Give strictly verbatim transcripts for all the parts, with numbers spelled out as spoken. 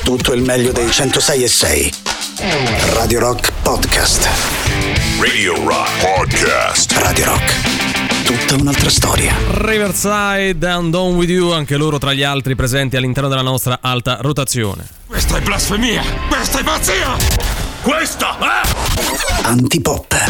tutto il meglio dei centosei e sei. Radio Rock Podcast. Radio Rock Podcast. Radio Rock. Tutta un'altra storia. Riverside and Down With You, anche loro tra gli altri presenti all'interno della nostra alta rotazione. Questa è blasfemia! Questa è pazzia! Questa è... Antipop.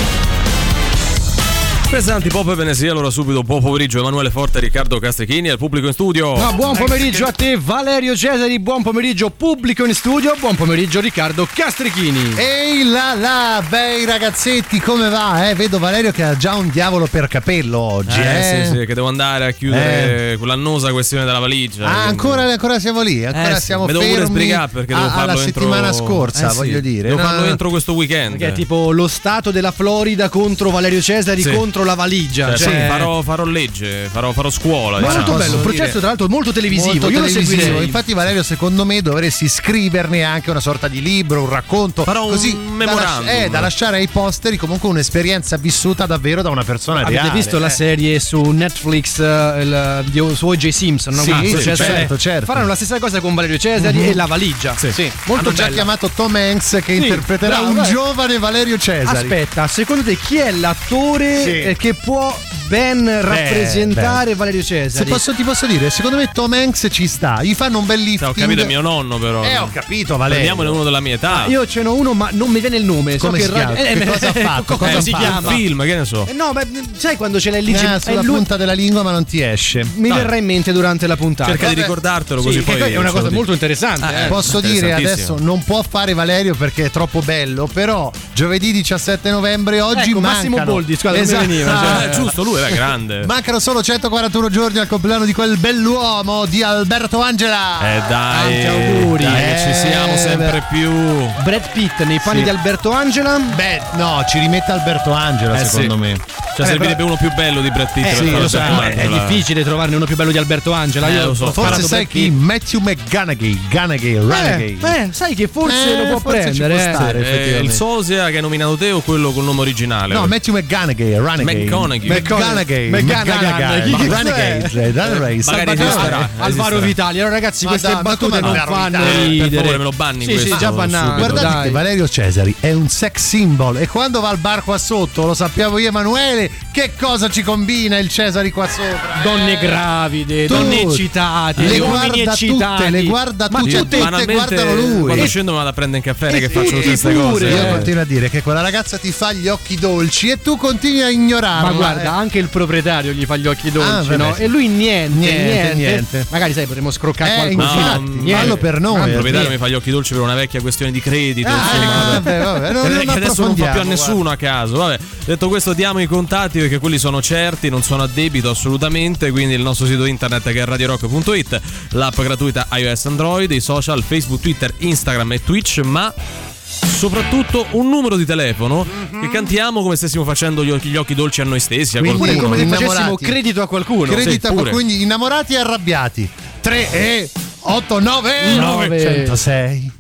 Questa è Antipop Venezia, allora subito buon pomeriggio Emanuele Forte e Riccardo Castrichini al pubblico in studio. No, buon pomeriggio a te Valerio Cesari, buon pomeriggio pubblico in studio, buon pomeriggio Riccardo Castrichini. Ehi là là, bei ragazzetti, come va? Eh? Vedo Valerio che ha già un diavolo per capello oggi. Eh, eh? sì, sì, che devo andare a chiudere eh. quell'annosa questione della valigia. Ah, ancora, ancora siamo lì, ancora eh, siamo sì. fermi. Mi devo pure sbrigare perché devo a, farlo alla entro... settimana scorsa, eh, voglio sì. dire. Devo no? farlo entro questo weekend. Che è tipo lo stato della Florida contro Valerio Cesari sì. contro la valigia. Cioè, Cioè, farò, farò legge, farò, farò scuola. Molto diciamo. bello, un processo tra l'altro molto televisivo. Molto Io televisivo. lo seguirei. Infatti, Valerio, secondo me dovresti scriverne anche una sorta di libro, un racconto. Farò così un da, memorandum. lasci- eh, da lasciare ai posteri comunque un'esperienza vissuta davvero da una persona Avete reale. visto la eh. serie su Netflix eh, il, di, su O J Simpson? No? Sì, Ah, sì, successo, certo, eh, certo. Faranno la stessa cosa con Valerio Cesari Mm-hmm. e la valigia. Sì, sì. Molto Hanno già bella. chiamato Tom Hanks che Sì, interpreterà bravo, un eh. giovane Valerio Cesari. Aspetta, secondo te chi è l'attore Sì. eh, che può ben rappresentare beh. Valerio Se Cesari? posso, ti posso dire, secondo me Tom Hanks ci sta. Gli fanno un bel lifting. Cioè, ho capito, è mio nonno però. Eh, ho capito, Valerio. Prendiamone uno della mia età. Io ce n'ho uno, ma non mi viene il nome. So Come che si chiama? radio- Che cosa ha fatto? Come Cosa si ha fatto? chiama? Un film, che ne so. Eh, no, ma sai quando ce l'hai lì? Eh, è sulla lui- punta della lingua, ma non ti esce. Mi Dai. verrà in mente durante la puntata. Cerca di vabbè. ricordartelo Sì, così che poi poi è una ce lo cosa dico. molto interessante. Eh, eh. Posso dire interessantissimo. adesso non può fare Valerio perché è troppo bello, però giovedì diciassette novembre oggi Ecco, mancano Massimo Boldi, scusa, non mi Esatto. veniva, cioè. Ah, è giusto, lui era grande. Mancano solo centoquarantuno giorni al compleanno di quel bell'uomo di Alberto Angela. Eh dai, Tanti auguri. dai che ci Eh, siamo sempre più. Brad Pitt nei panni Sì. di Alberto Angela. Beh, no, ci rimette Alberto Angela Eh, secondo sì. me. Cioè servirebbe uno più bello di Brad Pitt Eh, per sì, fare lo so, Alberto Ma è Angela. difficile trovarne uno più bello di Alberto Angela. Eh, Io lo so. ho Forse sparato sai Brad chi? Pitt. Matthew McConaughey, Gunagay, Runagay. Eh, eh, sai che forse Eh, lo può forse ci prendere. può eh. stare. Eh, effettivamente. il sosia che hai nominato te o quello col nome originale? No, Matthew McConaughey, Runagay. McConaughey. McConaughey. McConaughey. Chi che Runagay. è? Runagay. Magari Salvatore. esisterà. Alvaro esisterà. Vitali. Allora ragazzi, Ma queste dai, ma battute come non Alvaro fanno Vitali? Per ridere. favore, me lo banni Sì, questo sì, già bannato. subito. Guardate dai. che Valerio Cesari è un sex symbol e quando va al bar qua sotto, lo sappiamo io e Emanuele, che cosa ci combina il Cesari qua sopra? Donne gravide, Tu- donne eccitate, le uomini guarda eccitati. tutte, le guarda Ma tutte, Io tutte tutte banalmente, guardano lui. quando E- scendo mi vado a prendere un caffè e che faccio tutte tutti queste pure. cose. Io Eh. continuo a dire che quella ragazza ti fa gli occhi dolci e tu continui a ignorarla. Ma guarda, eh. anche il proprietario gli fa gli occhi dolci, Ah, vabbè, no? sì. E lui niente, Niente, niente, niente. Magari sai, potremmo scroccare Eh, qualcosa. infatti, No, niente. fallo per noi. Il eh. proprietario mi fa gli occhi dolci per una vecchia questione di credito. Ah, insomma, vabbè, vabbè, non- Che- non che adesso non fa più a approfondiamo, nessuno a caso. Vabbè, detto questo, diamo i contatti perché quelli sono certi, non sono a debito assolutamente. Quindi il nostro sito internet che è radio rock punto it, l'app gratuita iOS Android, i social Facebook, Twitter, Instagram e Twitch, ma soprattutto un numero di telefono che cantiamo come stessimo facendo gli occhi, gli occhi dolci a noi stessi, a Quindi qualcuno. Come se Innamorati. facessimo credito a qualcuno. Credita, sì, pure. quindi innamorati e arrabbiati. tre e otto nove Nove. centosei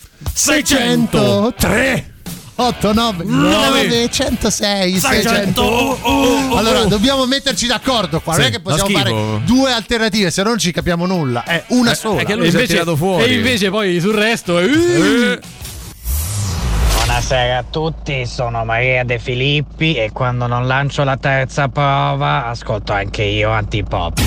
seicento tre otto nove nove centosei seicento. Allora dobbiamo metterci d'accordo qua, non Sì, è che possiamo fa fare schifo. due alternative, se no non ci capiamo nulla. È una sola. è che lui E si è invece, tirato fuori. e invece poi sul resto Eh. Buonasera a tutti, sono Maria De Filippi e quando non lancio la terza prova ascolto anche io Antipop.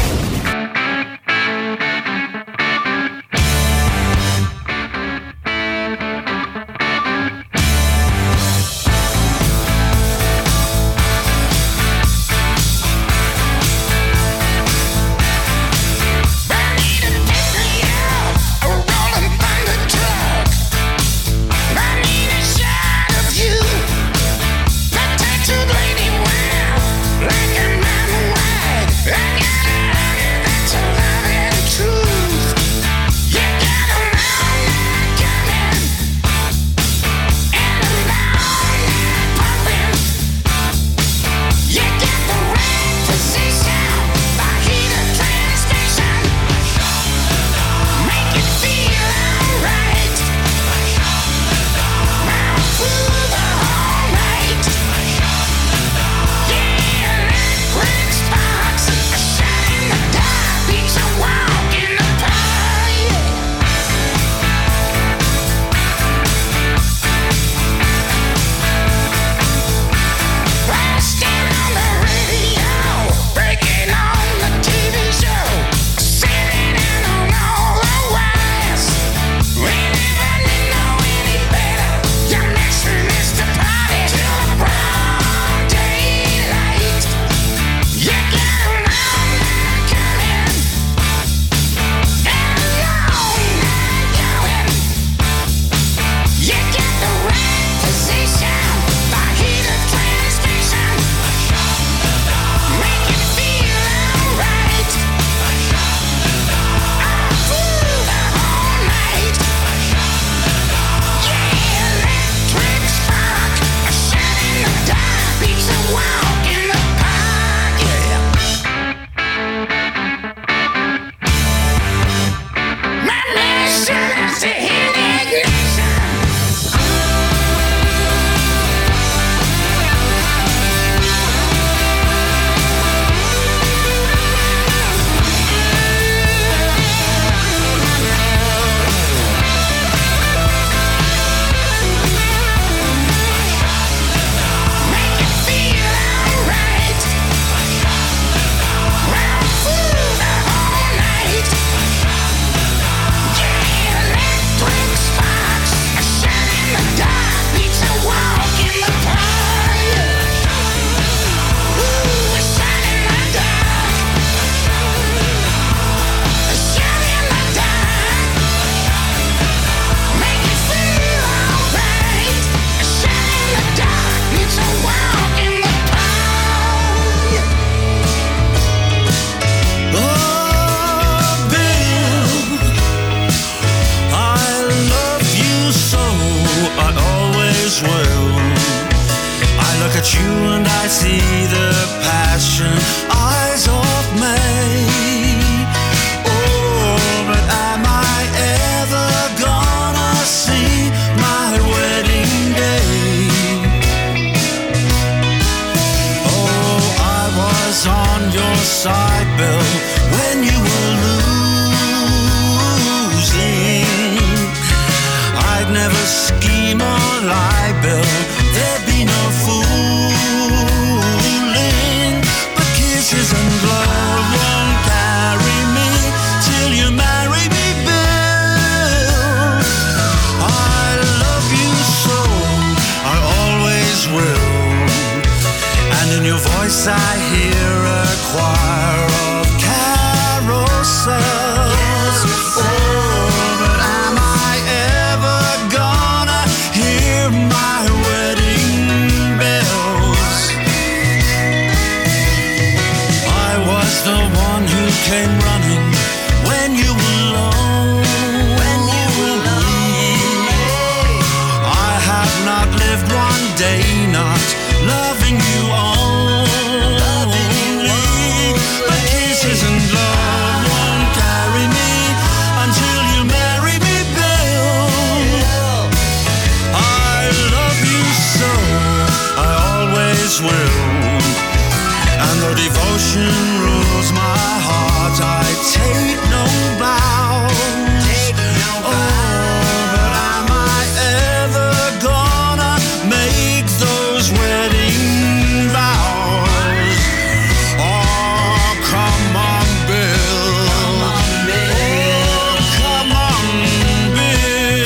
Like a man wide, I got see the passion eyes of May. Oh, but am I ever gonna see my wedding day? Oh, I was on your side, Bill, when you were losing. I'd never scheme or lie, Bill, there'd be no fooling. But kisses and love won't carry me till you marry me, Bill. I love you so, I always will. And in your voice I hear a choir of carousels. Oh, but am I ever gonna hear my wedding bells? I was the one who came running when you were alone. When you were alone. I have not lived one day not loving you only. But kisses and love won't carry me until you marry me, Bill. I love you so, I always will. And though devotion rules my heart, I take no bows. Oh, but am I ever gonna make those wedding vows? Oh, come on, Bill. Oh, come on, Bill.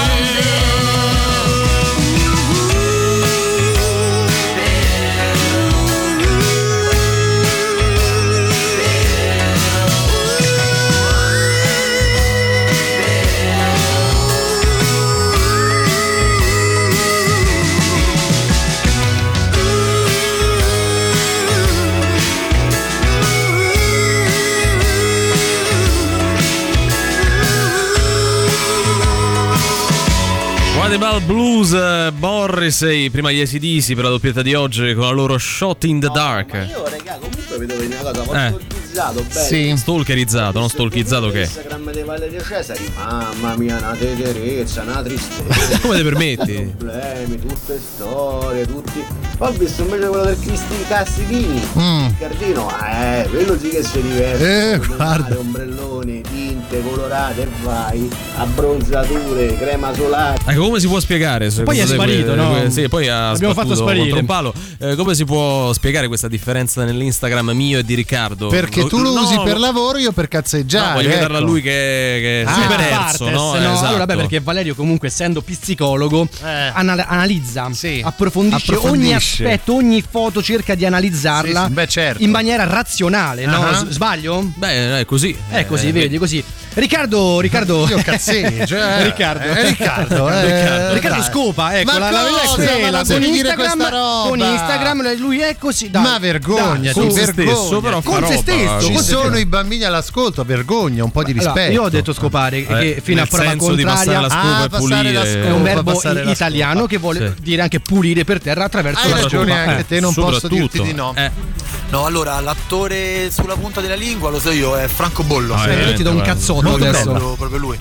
Cannibal Blues, eh, Morrissey, prima gli A C D C per la doppietta di oggi con la loro Shot in the No, Dark. ma io, raga, comunque vedo una cosa, ho Eh. stalkizzato bene. Sì. Stalkerizzato, non stalkizzato che? Instagram di Valerio Cesari, mamma mia, una tenerezza, una tristezza. Come ti permetti? Problemi, tutte storie, tutti. Poi ho visto invece quello del Cristi Castichini, Mm. Cardino, eh, quello sì che si diverte. Eh, Come guarda. fare, ombrelloni, tinte colorate e vai, abbronzature, crema solare. Ecco, come si può spiegare? Poi è secondo te, sparito, que- no? que- Sì, poi ha L'abbiamo fatto sbattuto sparire. contro un palo. Eh, come si può spiegare questa differenza nell'Instagram mio e di Riccardo? Perché tu lo No, usi no, per lavoro, io per No, cazzeggiare. voglio chiederla a ecco. lui che, che Ah, è super Partes, terzo, no? no? Esatto. Allora, beh, perché Valerio comunque essendo psicologo Eh. anal- analizza, Sì. approfondisce, Approfondisce. ogni aspetto, ogni foto, cerca di analizzarla Sì, sì, beh, certo. in maniera razionale, no? Ah. S- Sbaglio? Beh, è così. È così, Eh, vedi, così. Riccardo, Riccardo Io cazzeggio, eh. Riccardo. Eh, Riccardo, eh, Riccardo, Riccardo dai. scopa, ecco, Ma la, la verità è cosa? quella. Ma non con devi dire Instagram, questa roba. con Instagram lui è così, dai. Ma vergogna, dai, con su. se vergogna. stesso, però fa Con se roba. stesso, Ci con se sono stesso. i bambini all'ascolto, vergogna, un po' di Allora, rispetto. io ho detto scopare che Eh, fino a nel prova senso di passare contraria la scopa Ah, e passare la pulire. è un scopa, verbo passare la italiano scopa. che vuole Sì. dire anche pulire per terra attraverso Hai la ragione scopa. anche Eh. te, non posso Soprattutto. dirti di no. Eh, No, allora l'attore sulla punta della lingua lo so io, è Franco Bollo. Ah, Sì. eh. Io ti do un guarda. cazzotto Molto adesso. proprio, proprio lui.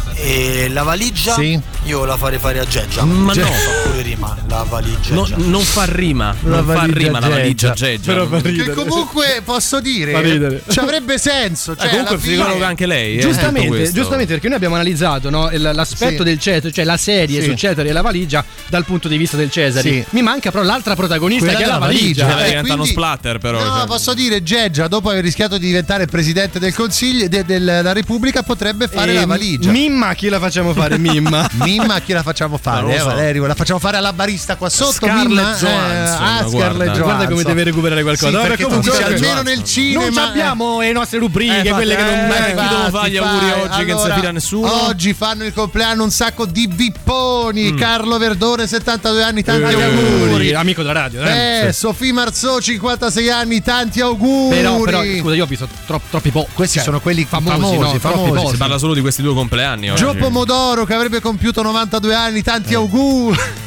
E la valigia Sì. io la farei fare a Geggia. Ma Geggia no. fa pure rima, la valigia. no, non fa rima, La non fa valigia rima la valigia Geggia. Geggia. Però fa Che ridere. comunque posso dire, Fa ridere. ci avrebbe senso. Cioè, Eh, comunque alla è fine- psicologa anche lei. eh, tutto Giustamente, questo. giustamente, perché noi abbiamo analizzato, no, il- l'aspetto Sì. del Cesare, cioè la serie Sì. su Cesare e la valigia dal punto di vista del Cesare. Sì. Mi manca però l'altra protagonista Quella che è la della valigia. valigia. Deve Eh, diventare uno quindi- splatter, però. No, cioè. posso dire, Geggia, dopo aver rischiato di diventare presidente del Consiglio de- della Repubblica, potrebbe fare E la valigia. Mimma, chi la facciamo fare? Mimma. Mimma, a chi la facciamo fare? Non lo Eh, so. Valerio, la facciamo fare alla barista qua sotto. Scarlett Mimma? Johansson, ah, guarda. Scarlett Johansson. Guarda come deve recuperare qualcosa. Sì, Ora perché comunque- tu dici, almeno Johansson. nel cinema. Non abbiamo le nostre rubriche, Eh, quelle che non. eh, eh, chi infatti, devo fare gli auguri fai. oggi che non si Allora, fila nessuno? Oggi fanno il compleanno un sacco di vipponi. Carlo Verdone, settantadue anni, tanti Tanti auguri. auguri, amico della radio. Eh. Eh, Sofì Marceau, cinquantasei anni, tanti auguri. Però, però, scusa, io ho visto tro- troppi po'. Questi sono quelli famosi, famosi, no? famosi, Troppi famosi. Si parla solo di questi due compleanni oggi. Gio Pomodoro che avrebbe compiuto novantadue anni, tanti Eh. auguri.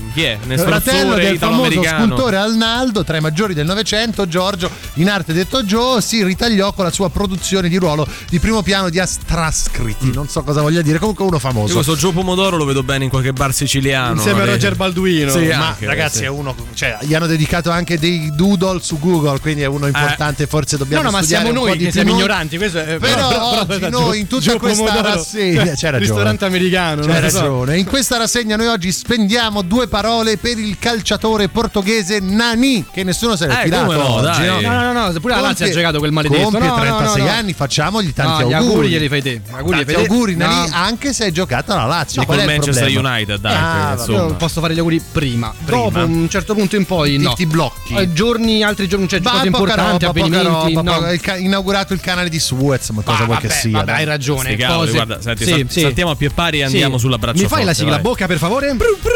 Chi è? Nessun fratello del famoso italo-americano. scultore Arnaldo, tra i maggiori del Novecento, Giorgio, in arte detto Joe, si ritagliò con la sua produzione di ruolo di primo piano di astrascritti. Non so cosa voglia dire, comunque uno famoso. Io questo Gio Pomodoro lo vedo bene in qualche bar siciliano. Insieme a vabbè. Roger Balduino. Sì, Ma anche, ragazzi, sì. è uno, cioè, gli hanno dedicato anche dei doodle su Google, quindi è uno importante. Forse dobbiamo No, no, ma studiare siamo un po' noi di che più siamo noi. ignoranti. Questo è, Però, però, oggi però, noi in tutta Gio questa Pomodoro, rassegna cioè, c'è ragione. ristorante americano. C'è non lo so. ragione. In questa rassegna noi oggi spendiamo due parole per il calciatore portoghese Nani, che nessuno se l'è Eh, filato come no, oggi, dai. no? No, no, no, pure la Lazio ha giocato quel maledetto. Compie No, no, trentasei no, no. anni, facciamogli tanti No, gli auguri. auguri glieli fai te. Auguri Tanti fai te. auguri No. Nani, anche se hai giocato alla Lazio. E Qual col è il Manchester problema? United Ah, anche, vabbè. insomma. Io posso fare gli auguri prima. Prima. Dopo un certo punto in poi Ti- no. ti blocchi. Eh, giorni, altri giorni, cioè Ma cose poca importanti, roba, poca avvenimenti. roba, no. poca- il ca- inaugurato il canale di Suez, ma cosa Ah, vuoi vabbè, che sia? vabbè, dai. hai ragione. Sti cavoli, cose- guarda, senti, Sì, sal- sì. saltiamo a pie pari e andiamo Sì. sull'abbraccio Mi fai la forte, sigla vai. bocca per favore?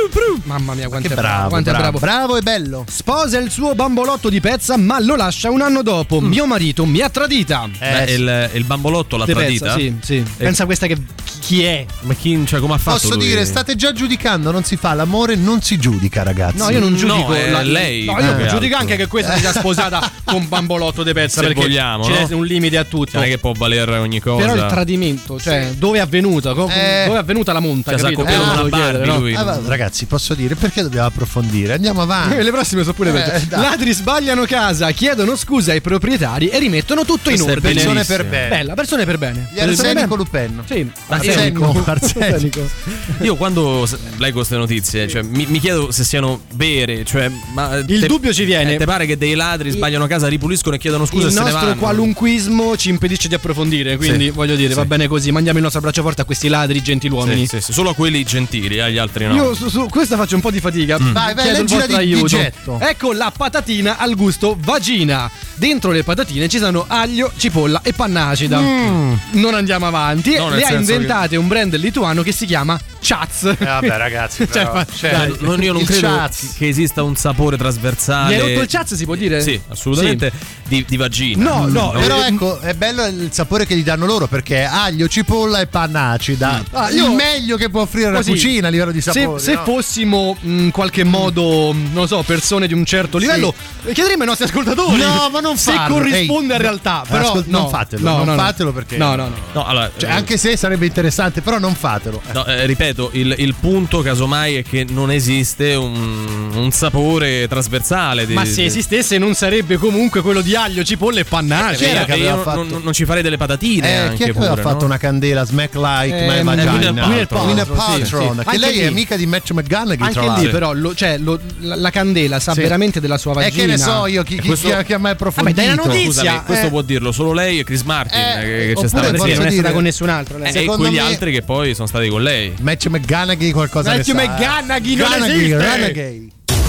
Mamma mia, quanto Che è bravo, bravo, quanto è bravo, bravo. bravo e bello. Sposa il suo bambolotto di pezza, ma lo lascia un anno dopo. Mio marito mi ha tradita. Beh, il, il bambolotto l'ha Di tradita? pezza, sì, sì. Pensa questa che chi è? Ma chi, cioè, come ha fatto Posso lui? dire, state già giudicando, non si fa l'amore, non si giudica, ragazzi. No, io non giudico No, è la- lei, No, più io che giudico altro. anche che questa sia sposata con bambolotto di pezza, Se perché vogliamo, c'è no? un limite a tutto. Non è che può valere ogni cosa. Però il tradimento, cioè dove è avvenuto? Co- Eh. Dove è avvenuta la monta? Cioè, si è capito? accoppiato Eh, con una devo chiedere, Barbie no? lui. Ah, va- ragazzi, posso dire perché dobbiamo approfondire? Andiamo avanti. Eh, Le prossime sono pure Eh, peggio. dai. Ladri sbagliano casa, chiedono scusa ai proprietari e rimettono tutto in Questa è ordine. Persone benissimo. per bene. Bella, persone per bene. Gli Persone per arsenico bene. lupenno. Sì, Arsenico, arsenico. Io quando s- leggo queste notizie, cioè, mi, mi chiedo se siano vere. Cioè, ma Il te- dubbio ci viene. eh, Te pare che dei ladri sbagliano casa, ripuliscono e chiedono scusa Il e se ne nostro vanno? qualunquismo ci impedisce di approfondire, quindi Sì. voglio dire, Sì. va bene così. Mandiamo il nostro abbraccio forte a questi ladri gentiluomini. Sì, sì, sì, solo a quelli gentili, agli altri no. Io su, su questa faccio un po' di fatica. Vai, vai, Chiedo il leggila vostro di- di aiuto. getto. Ecco la patatina al gusto vagina. Dentro le patatine ci sono aglio, cipolla e pannacida. Non andiamo avanti. No, nel le ha senso inventate un brand lituano che si chiama Chaz. Eh, vabbè, ragazzi, Cioè, però, ma- cioè, dai. Non- io non il credo Chaz. che esista un sapore Gli trasversale. hai rotto il Chaz, si può dire? Sì, assolutamente. Di, di vagina. No, no, Però Eh, ecco, è bello il sapore che gli danno loro perché è aglio, cipolla e pannacida. Ah, il io- meglio che può offrire la Così, cucina a livello di Se, sapore. se no? fossimo mh, in qualche modo, mh, non lo so, persone di un certo livello, eh, chiederemmo ai nostri ascoltatori No, ma non se farlo. corrisponde Ehi, a realtà. no, Però ascol- no, non fatelo, no, non no, no. fatelo perché- No, no, no. No, allora, Cioè, eh, anche se sarebbe interessante, però non fatelo. no, eh, ripeto, il, il punto casomai è che non esiste un, un sapore trasversale. Di, Ma se di- esistesse non sarebbe comunque quello di aglio, cipolla e pannacida. Chi era Eh, che io aveva non- fatto- non, non ci farei delle patatine Eh, anche chi è che pure, aveva fatto no? una candela Smack Like Eh, My Gwyneth Vagina? Paltrow, Gwyneth sì, Paltrow, sì. che Anche lei lì. è amica di Match McGonagall, tra Anche lì l'altro. però lo- cioè, lo- la, la candela sa Sì. veramente della sua E vagina. che ne so io, chi, chi, questo- chi ha, chi ha mai approfondito? Vabbè, dai una notizia. Scusami, questo eh. può dirlo solo lei e Chris Martin Eh, che, che oppure c'è stata posso Sì, insieme. non è dire- stata con nessun altro. lei. Eh, e secondo quegli me- altri che poi sono stati con lei. Match McGonagall qualcosa Matthew ne sa. McGonagall non McGonagall, esiste. Renegade.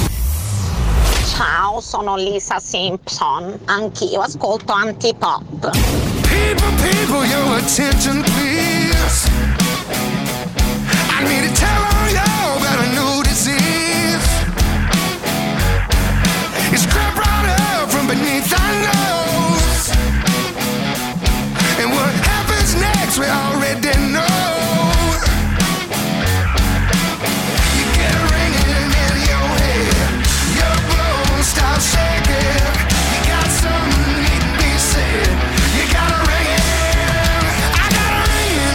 Ciao, sono Lisa Simpson. Anch'io ascolto Antipop. People, people, your attention, please. I need to tell all y'all about a new disease. It's crept right up from beneath our nose. And what happens next, we already know. You get a ringing in your head. Your bones start shaking. You got something need to be said. You got a ringing. I got a ringing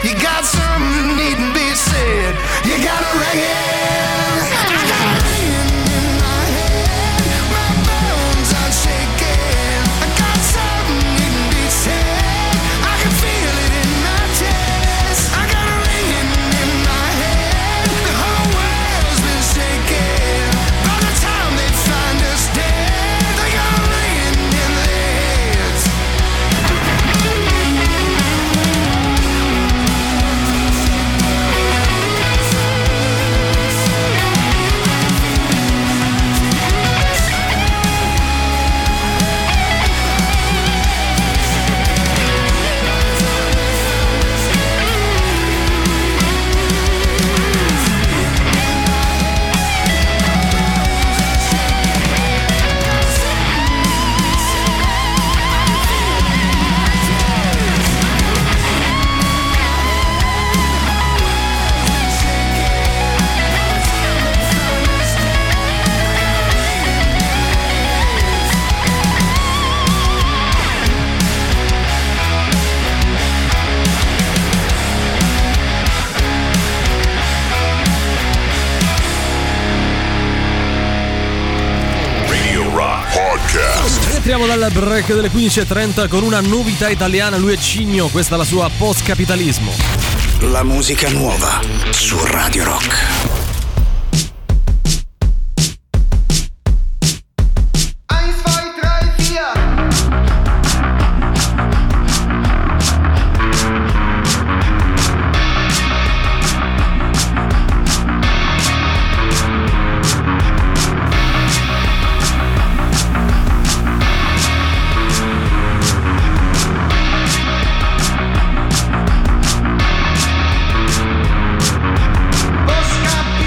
You got something needn't be said. You got a ringing. I got a ringing in my head. My bones are shaking. I got something needn't be said. I can feel it in my chest. I got a ringing in my head. The whole world's been shaking. By the time they find us dead, they got a ringing in their heads. Rientriamo dal break delle quindici e trenta con una novità italiana. Lui è Cigno, questa è la sua Post-Capitalismo. La musica nuova su Radio Rock. Post-Capitalismo.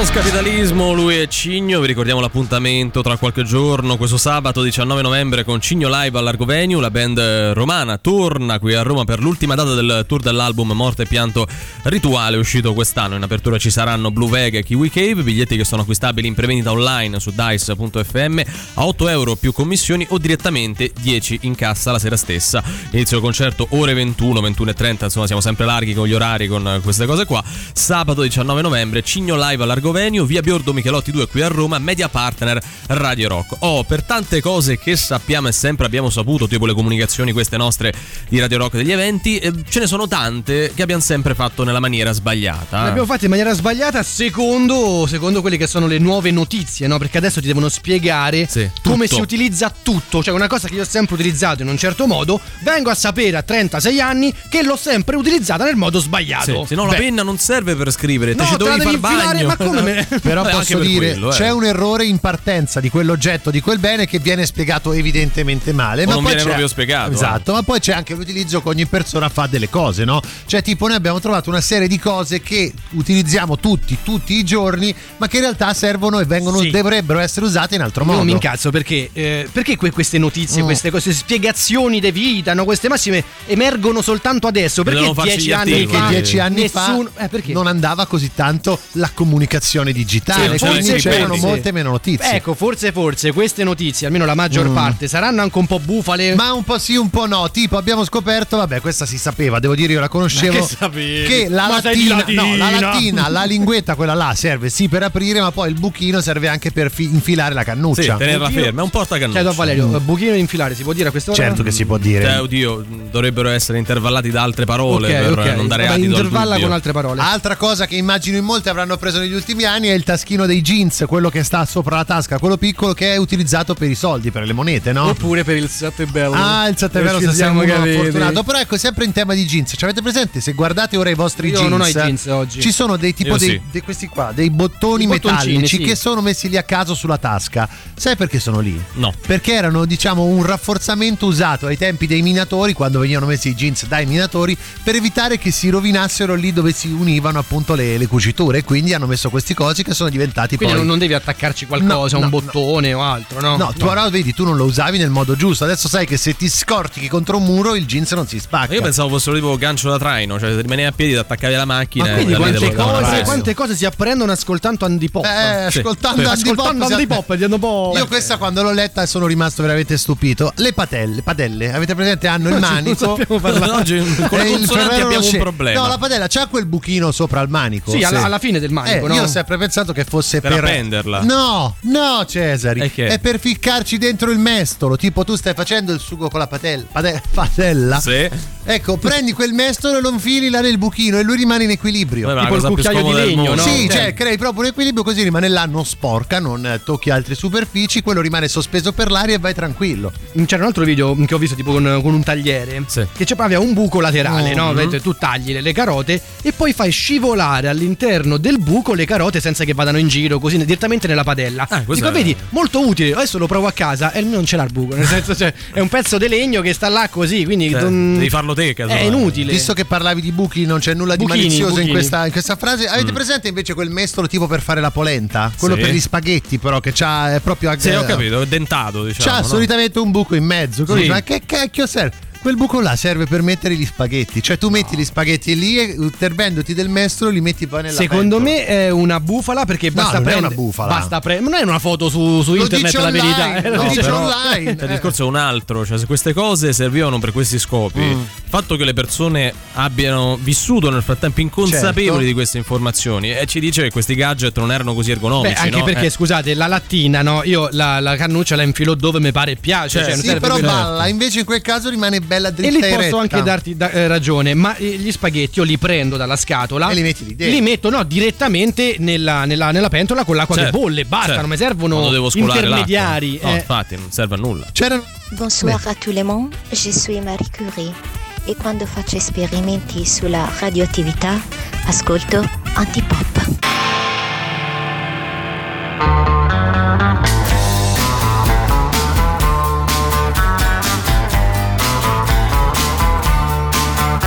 Transcapitalismo, lui è Cigno, vi ricordiamo l'appuntamento tra qualche giorno, questo sabato diciannove novembre con Cigno Live all'Argo Venue, la band romana torna qui a Roma per l'ultima data del tour dell'album Morte e Pianto Rituale, uscito quest'anno. In apertura ci saranno Blue Vega e Kiwi Cave, biglietti che sono acquistabili in prevendita online su dice punto effe emme a otto euro più commissioni o direttamente dieci in cassa la sera stessa. Inizio concerto ore ventuno, ventuno e trenta, insomma siamo sempre larghi con gli orari, con queste cose qua. Sabato diciannove novembre, Cigno Live all'Argo Venue, via Biordo Michelotti due qui a Roma, media partner Radio Rock. Oh, per tante cose che sappiamo e sempre abbiamo saputo, tipo le comunicazioni queste nostre di Radio Rock degli eventi, eh, ce ne sono tante che abbiamo sempre fatto nella maniera sbagliata. Le abbiamo fatte in maniera sbagliata secondo, secondo quelle che sono le nuove notizie, no? Perché adesso ti devono spiegare sì, come tutto. si utilizza tutto. Cioè una cosa che io ho sempre utilizzato in un certo modo, vengo a sapere a trentasei anni che l'ho sempre utilizzata nel modo sbagliato. Sì, se no la Beh, penna non serve per scrivere, no, te ci te la dovevi devi far infilare, bagno. ma come me? Però Beh, posso anche per dire quello, eh. c'è un errore in partenza di quell'oggetto, di quel bene, che viene spiegato evidentemente male, O ma non poi viene c'è, proprio spiegato, esatto, eh. ma poi c'è anche l'utilizzo che ogni persona fa delle cose, no? Cioè tipo noi abbiamo trovato una serie di cose che utilizziamo tutti tutti i giorni, ma che in realtà servono e vengono Sì. dovrebbero essere usate in altro modo. Io mi incazzo perché eh, perché que- queste notizie, Mm. queste cose, spiegazioni di vita, no? Queste massime emergono soltanto adesso. Perché Devono farci dieci gli anni articoli. fa Perché dieci anni nessuno fa eh, perché? non andava così tanto la comunicazione digitale, Sì, quindi forse c'erano sì. molte meno notizie. Ecco, forse forse queste notizie, almeno la maggior Mm. parte, saranno anche un po' bufale. Ma un po' sì, un po' no. Tipo abbiamo scoperto, vabbè, questa si sapeva, devo dire io la conoscevo, Ma che sapevi? che la Ma sei di lattina, no, la latina. lattina, la linguetta, quella là serve sì per aprire, ma poi il buchino serve anche per fi- infilare la Sì, cannuccia. tenerla Buchino- ferma, è un portacannuccia. Cioè, Don Valerio, buchino da infilare si può dire a quest'ora? Certo che si può dire. Cioè, oddio, dovrebbero essere intervallati da altre parole Ok, per ok. non dare Vabbè, adito al intervalla dubbio. con altre parole. Altra cosa che immagino in molti avranno preso negli ultimi anni è il taschino dei jeans, quello che sta sopra la tasca, quello piccolo che è utilizzato per i soldi, per le monete, no? Oppure per il sette bello. Ah, il sette bello, Ci se siamo siamo capiti. fortunato. Però ecco, sempre in tema di jeans, ci avete presente? Se guardate ora i vostri Io jeans, non ho i jeans oggi. ci sono dei tipo Io dei, sì. dei- questi qua, dei bottoni I bottoncini, metallici sì. che sono messi lì a caso sulla tasca. Sai perché sono lì? No. Perché erano, diciamo, un rafforzamento usato ai tempi dei minatori, quando venivano messi i jeans dai minatori, per evitare che si rovinassero lì dove si univano appunto le, le cuciture. E quindi hanno messo questi cosi che sono diventati Quindi poi. non, non devi attaccarci qualcosa, No, un no, bottone o altro, no? No, tu ora vedi, tu non lo usavi nel modo giusto. Adesso sai che se ti scortichi contro un muro il jeans non si spacca. Io pensavo fossero tipo gancio da traino, cioè se rimanevi a piedi ti attaccavi alla macchina. Ma e quindi da lì quante te lo davano cose, presto. quante cose si apprendono ascoltando Andy Pop? Eh, Sì. ascoltando Sì. Andy Pop, Ascoltando Andy Pop, dicendo un po'. Io questa quando l'ho letta sono rimasto veramente stupito. Le patelle, padelle, avete presente? Hanno il manico. sappiamo parlare. Oggi con le e il consonanti Ferrero abbiamo un Rocher. problema. No, la padella c'ha quel buchino sopra il manico. Sì, alla, alla fine del manico, Eh, no? Io ho sempre pensato che fosse Per per, appenderla. No, no, Cesari. E che? È per ficcarci dentro il mestolo. Tipo, tu stai facendo il sugo con la patella. pade- padella. Sì. Ecco, prendi quel mestolo e lo infili là nel buchino e lui rimane in equilibrio. Vabbè, ma Tipo la cosa il più cucchiaio di scomoda del legno, mondo. no? Sì, Sì. cioè crei proprio un equilibrio, così rimane là, non sporca, non eh, tocchi altre superfici, quello rimane sospeso per l'aria e vai tranquillo. C'era un altro video che ho visto tipo con, con un tagliere Sì. che c'è- aveva un buco laterale, Mm-hmm. no? Vedete, tu tagli le, le carote e poi fai scivolare all'interno del buco le carote senza che vadano in giro, così direttamente nella padella. Ah, questo Dico, è- vedi, molto utile. Adesso lo provo a casa e il mio non ce l'ha il buco, nel senso, cioè, è un pezzo di legno che sta là così, quindi Cioè, non- devi farlo te, casomai. è inutile. Visto che parlavi di buchi, non c'è nulla di Buchini, malizioso in buchini. questa, in questa frase. Avete presente invece quel mestolo tipo per fare la polenta? Quello Sì. per gli spaghetti, però, che c'ha è proprio a Sì, ho capito, è dentato, diciamo. C'ha no? solitamente un buco in mezzo. Così, Sì. ma che cacchio serve? Quel buco là serve per mettere gli spaghetti. Cioè, tu metti gli spaghetti lì e servendoti del mestolo li metti poi nella Secondo pentola. me è una bufala perché No, basta non è prendere. una bufala. Basta pre- non è una foto su, su Lo internet dice la online, verità. eh, lo lo dice dice- online. Cioè, il discorso è un altro, cioè se queste cose servivano per questi scopi, Mm. il fatto che le persone abbiano vissuto nel frattempo inconsapevoli Certo. di queste informazioni e ci dice che questi gadget non erano così ergonomici. Beh, anche no? perché, Eh. scusate, la lattina, no? Io la, la cannuccia la infilo dove mi pare e piace. Cioè, cioè, non Sì, serve però per- balla, invece in quel caso rimane bella dritta E lì e posso retta. anche darti da- eh, ragione, ma eh, gli spaghetti io li prendo dalla scatola E li metti lì dentro. li metto no, direttamente nella, nella- nella pentola con l'acqua Certo, che bolle, basta, certo. non mi servono Quando devo scolare intermediari. l'acqua. No, eh. infatti non serve a nulla. C'erano Bonsoir à tout le monde, je suis Marie Curie e quando faccio esperimenti sulla radioattività ascolto Antipop.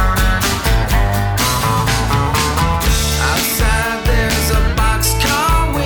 Outside there's a boxcar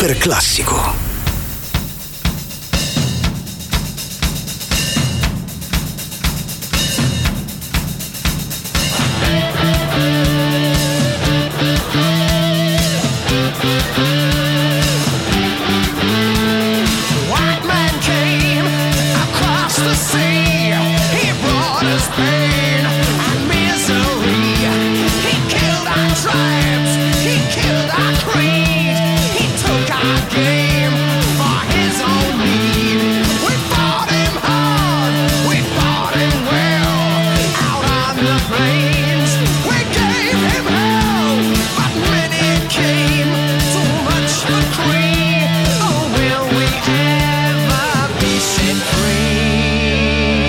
super classico. White man came across the sea. He brought us pain and misery. He killed our tribes. He killed our creed. He took our game for his own need. We fought him hard. We fought him well. Out on the plains, we gave him hell. But when it came, too much for Cree. Oh, will we ever be set free?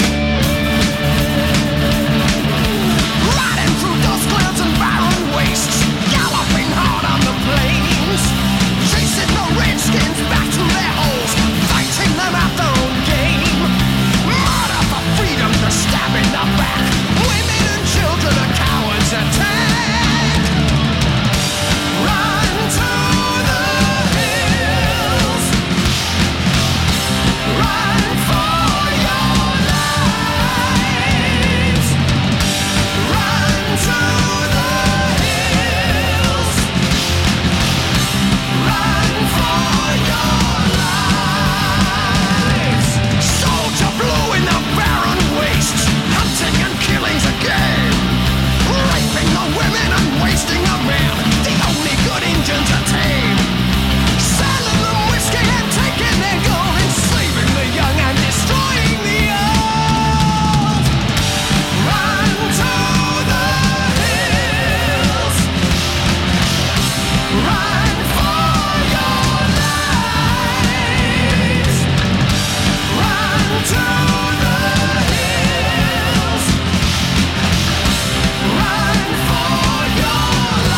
Riding through dust clouds and barren wastes, galloping hard on the plains, chasing the redskins back to their holes, fighting them at their own game. Murder for freedom, the stab in the back. Women and children are cowards attack. Run to the hills. Run for your lives. Run to the hills. Run for your lives. Soldier blue in the barren wastes, hunting and killing's a game. Raping the women and wasting the men, the only good Indians are tame. Selling them whiskey and taking their gold, enslaving the young and destroying the old. Run to the hills. Run for your lives. Run to the hills. Run for your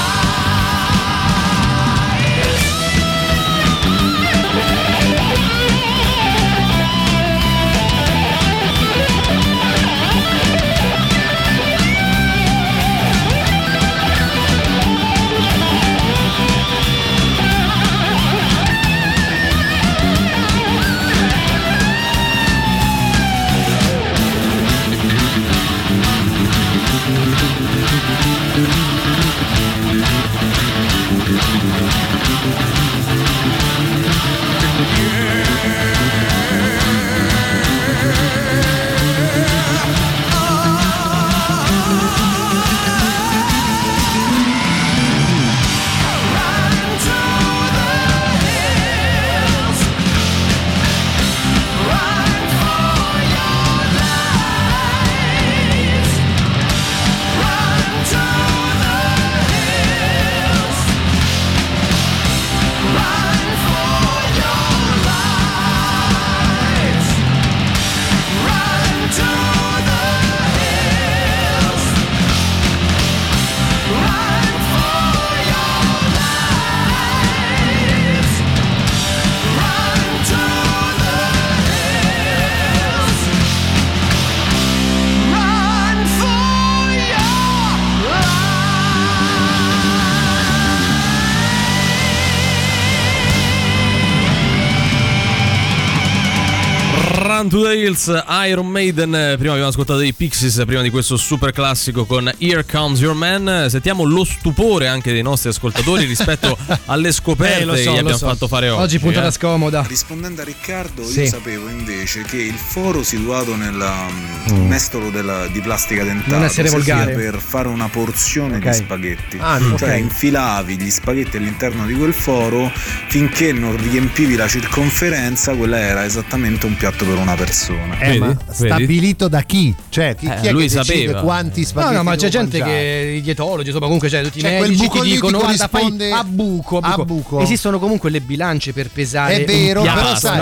Run to the Hills, Iron Maiden. Prima abbiamo ascoltato i Pixies, prima di questo super classico con Here Comes Your Man. Sentiamo lo stupore anche dei nostri ascoltatori rispetto alle scoperte Eh, lo so, che gli lo abbiamo so. fatto fare oggi. Oggi puntata eh. scomoda. Rispondendo a Riccardo, Sì. io sapevo invece che il foro situato nel Mm. mestolo della- di plastica dentata Non essere serviva volgare. per fare una porzione Ok. di spaghetti. Ah, cioè ok. infilavi gli spaghetti all'interno di quel foro finché non riempivi la circonferenza, quella era esattamente un piatto per una persona. Eh, ma stabilito da chi? Cioè, chi, Eh, chi è lui che decide sapeva. quanti spaghetti No, no, ma c'è devo gente mangiare? che i dietologi, insomma, comunque c'è tutti i Cioè, quel medici buco ti lì dicono ti guarda, fai corrisponde a buco, a buco. a buco. Esistono comunque le bilance per pesare È vero, un però piatto, sai, no?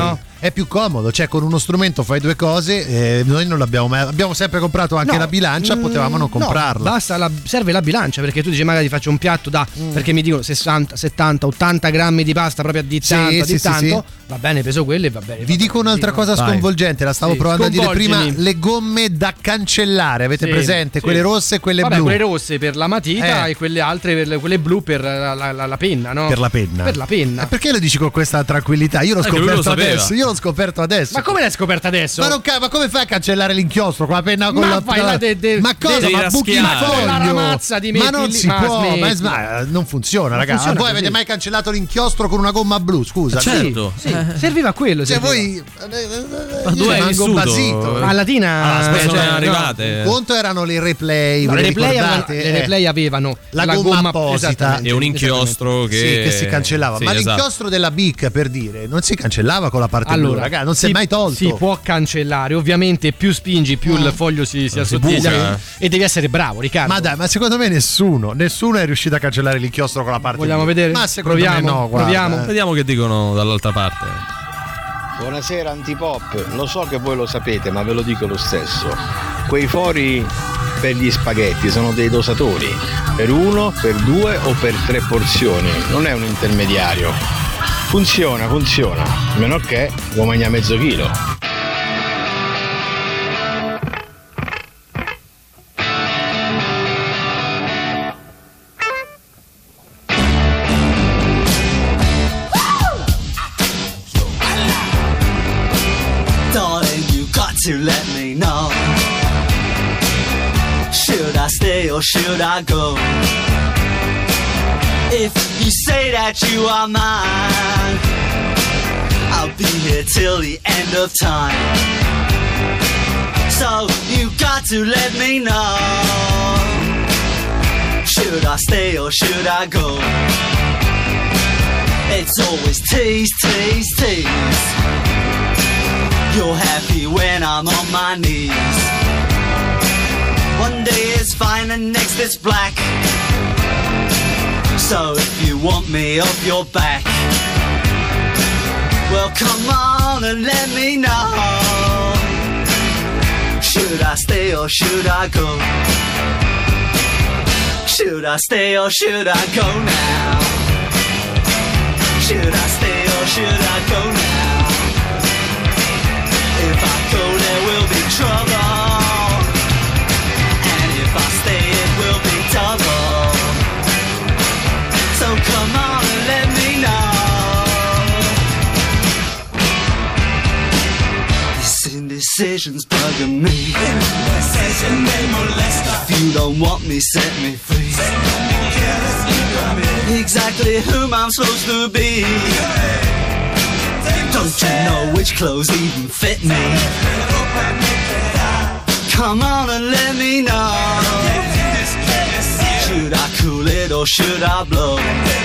è più comodo, cioè con uno strumento fai due cose, eh, noi non l'abbiamo mai, abbiamo sempre comprato anche No, la bilancia, mm, potevamo non comprarla. No, basta, la, serve la bilancia, perché tu dici magari faccio un piatto da, Mm. perché mi dicono sessanta, settanta, ottanta grammi di pasta proprio a di tanto, Sì, a sì, di sì, tanto, sì. va bene, peso quello e va bene. Vi dico un'altra cosa Vai. sconvolgente, la stavo Sì, provando a dire prima, sconvolgimi. le gomme da cancellare, avete Sì, presente? sì. Quelle rosse e quelle Vabbè, blu. quelle rosse per la matita Eh. e quelle altre per le- quelle blu per la, la- la- la penna, no? Per la penna. Per la penna. E perché lo dici con questa tranquillità? Io l'ho Anche lui lo scoperto sapeva. adesso. Io l'ho scoperto adesso. Ma come l'hai scoperta adesso? Ma, non ca- ma come fai a cancellare l'inchiostro con la penna con Ma la fai la de- de- Ma cosa? devi Ma buchi il raschiare. foglio? Ma la ramazza ti Ma metti non lì- si ma può, smetti. ma, ma non funziona, Non ragazzi. funziona Voi così. avete mai cancellato l'inchiostro con una gomma blu? Scusa. Certo. Sì, serviva a quello. Cioè serviva. voi Ma io dove hai rimango vissuto? basito. Ma a Latina Ah, eh, aspetta, cioè, sono no. arrivate. Un conto erano le replay, No, ve le le replay avevano, ricordate? le Eh, replay avevano la gomma apposita. esattamente, E un inchiostro che, Sì, che si cancellava. Sì, Ma esatto. l'inchiostro della Bic, per dire, non si cancellava con la parte blu, Allora, raga, non si è si- mai tolto. Si può cancellare, ovviamente più spingi più il foglio si, si Si assottiglia buca. e devi essere bravo, Riccardo. Ma dai, ma secondo me nessuno, nessuno è riuscito a cancellare l'inchiostro con la parte Vogliamo blu. vedere? Ma secondo Proviamo, me no, guarda, proviamo. eh. Vediamo che dicono dall'altra parte. Buonasera Antipop, lo so che voi lo sapete ma ve lo dico lo stesso. Quei fori per gli spaghetti sono dei dosatori, per uno, per due o per tre porzioni, non è un intermediario. Funziona, funziona, a meno che vuoi mangiare mezzo chilo. Darling, you got to let me know. Should I stay or should I go? If you say that you are mine, I'll be here till the end of time. So you got to let me know. Should I stay or should I go? It's always tease, tease, tease. You're happy when I'm on my knees. One day it's fine and next it's black. So if you want me off your back, well come on and let me know. Should I stay or should I go? Should I stay or should I go now? Should I stay or should I go now? If I go there will be trouble, and if I stay it will be double. So come on and let me know. This indecision's bugging me. If you don't want me, set me free. Exactly whom I'm supposed to be. Don't you know which clothes even fit me? Come on and let me know. Should I cool it or should I blow?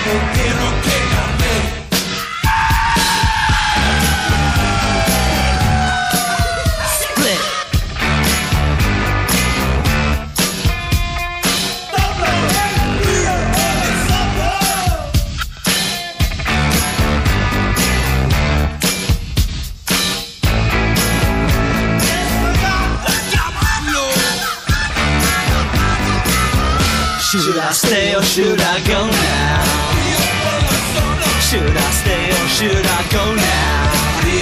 Split. Should I stay or should I go now? Should I stay or should I go now?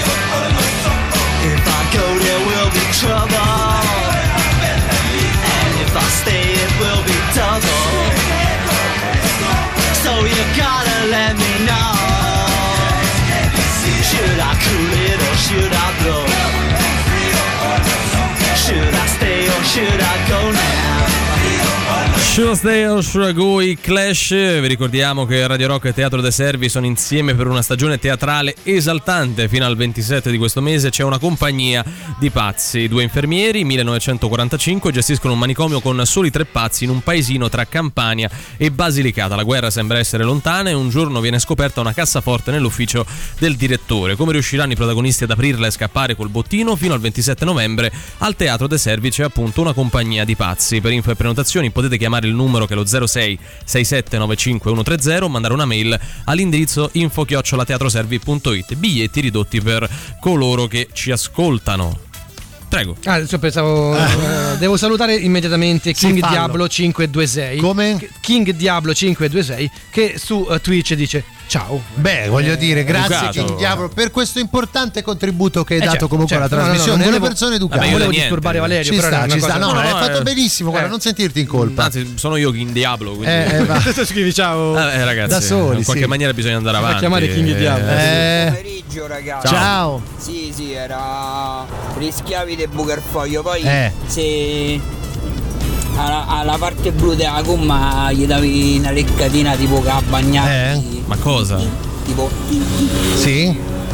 If I go there will be trouble, and if I stay it will be double. So you gotta let me know. Should I cool it or should I blow? Should I stay or should I go now? Should I Stay or Should I Go, i Clash. Vi ricordiamo che Radio Rock e Teatro De Servi sono insieme per una stagione teatrale esaltante. Fino al ventisette di questo mese c'è una compagnia di pazzi. Due infermieri, millenovecentoquarantacinque, gestiscono un manicomio con soli tre pazzi in un paesino tra Campania e Basilicata. La guerra sembra essere lontana e un giorno viene scoperta una cassaforte nell'ufficio del direttore. Come riusciranno i protagonisti ad aprirla e scappare col bottino? Fino al ventisette novembre al Teatro De Servi c'è appunto una compagnia di pazzi. Per info e prenotazioni potete chiamare il numero che è lo zero sei sei sette nove cinque uno tre zero o mandare una mail all'indirizzo info chiocciola teatroservi punto it. Biglietti ridotti per coloro che ci ascoltano. Prego. Ah, io pensavo. Eh. Devo salutare immediatamente King Sì, fallo. Diablo cinquecentoventisei. Come? King Diablo cinquecentoventisei che su uh, Twitch dice ciao. Beh, voglio dire, grazie educato. King Diablo per questo importante contributo che hai Eh, dato certo, comunque certo. alla No, no, no, trasmissione. non Delle volevo- persone educate. Vabbè, Non io volevo da niente. disturbare Valerio, Ci però sta, era una ci cosa- sta. No, No, hai no, fatto eh. benissimo. Guarda, Eh. non sentirti in colpa. Anzi, sono io King Diablo. Quindi... Eh, eh, va. Tu scrivi ciao. Eh, ragazzi, Da soli, in qualche sì. maniera bisogna andare avanti. chiamare King Diablo. Eh, pomeriggio ragazzi. ciao. Sì, sì, era gli schiavi del Bucherfoglio. Poi Eh. se alla, alla parte blu della gomma gli davi una leccatina tipo che ha bagnato. Eh. Ma cosa? Tipo. Sì.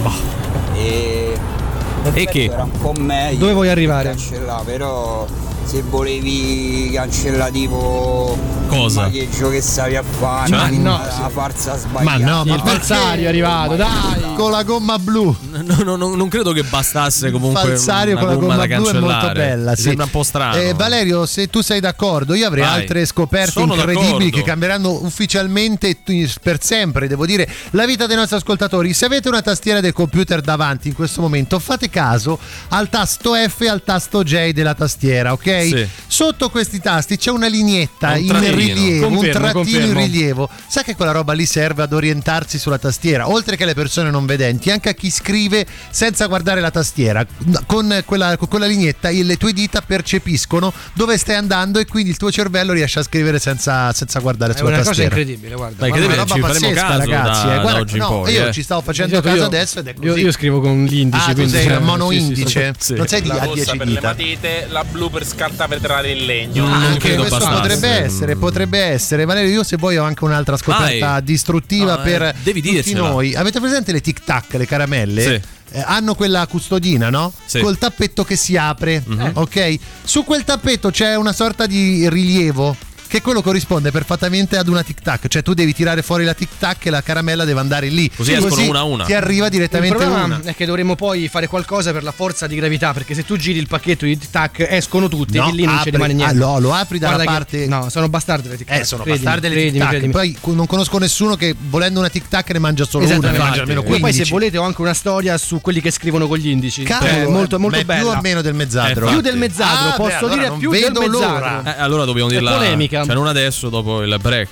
E, E che? era un po' meglio. Dove vuoi arrivare? Cancellare, però se volevi cancellare tipo Cosa? ma che gioco che stavi a fare, Cioè? ma No. la farsa Ma sbagliata. no, ma Il falsario è arrivato, dai. con la gomma blu. No, no, no, non credo che bastasse comunque Falsario una con la gomma da blu è molto cancellare. bella. Mi Sì. sembra un po' strano. Eh, Valerio, se tu sei d'accordo, io avrei Vai. altre scoperte Sono incredibili d'accordo. che cambieranno ufficialmente t- per sempre, devo dire, la vita dei nostri ascoltatori. Se avete una tastiera del computer davanti in questo momento, fate caso al tasto F e al tasto J della tastiera, ok? Sì. Sotto questi tasti c'è una lineetta Un in trattino. rilievo, Confermo, un trattino confermo. in rilievo. Sai che quella roba lì serve ad orientarsi sulla tastiera, oltre che alle persone non vedenti, anche a chi scrive senza guardare la tastiera. Con quella, con quella lineetta le tue dita percepiscono dove stai andando e quindi il tuo cervello riesce a scrivere senza, senza guardare È sulla una cosa tastiera. incredibile, guarda. Dai, Ma che è deve- una roba ci faremo pazzesca, caso ragazzi. da- eh. da Guarda, oggi in no, poi, io eh. ci stavo facendo Esatto, caso io- adesso ed è così. Io, io scrivo con l'indice. Ah, tu quindi sei cioè, il mono sì, sì, indice? sì. Non sei di La a rossa dieci per le dita. matite, la blu per scartavetrare il legno. Mm, non Anche credo questo bastasse. potrebbe essere, potrebbe essere. Valerio, io se vuoi ho anche un'altra scoperta Vai. distruttiva No, eh, per devi tutti dircela. noi. Avete presente le tic tac, le caramelle? Sì. Eh, hanno quella custodina, no? Sì. Col tappetto che si apre, Mhm. ok? Su quel tappetto c'è una sorta di rilievo che quello corrisponde perfettamente ad una tic tac, cioè tu devi tirare fuori la tic tac e la caramella deve andare lì. Così escono una a una. Ti arriva Il direttamente problema una. è che dovremmo poi fare qualcosa per la forza di gravità, perché se tu giri il pacchetto di tic-tac escono tutti No, e lì non apri- ci rimane niente. ah, no, lo apri dalla Guarda che- parte- no, sono bastarde le tic-tac. Eh, sono credimi, bastarde le credimi, tic tac. credimi. Poi cu- non conosco nessuno che volendo una tic tac ne mangia solo una, ne Esattamente. mangia almeno Io poi quindici. se volete ho anche una storia su quelli che scrivono con gli indici. Cavolo, È molto, eh, molto ma è bella. più o meno del mezzadro? Eh, Più del mezzadro, Ah, beh, posso allora dire non più del vedo l'ora. mezzadro. Eh, allora dobbiamo È dirla. polemica. Cioè non adesso, dopo il break.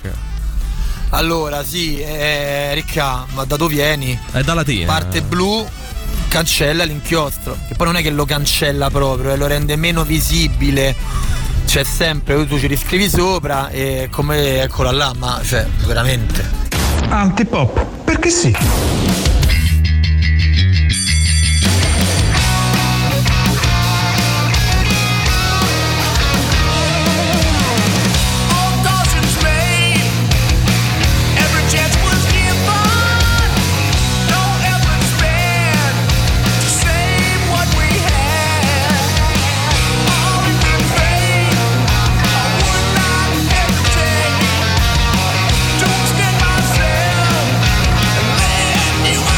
Allora, sì, eh, Ricca, ma da dove vieni? È da latina. Parte blu, cancella l'inchiostro, che poi non è che lo cancella proprio, eh, lo rende meno visibile. C'è sempre, tu ci riscrivi sopra e come eccola là, ma cioè, veramente. Antipop, perché sì. You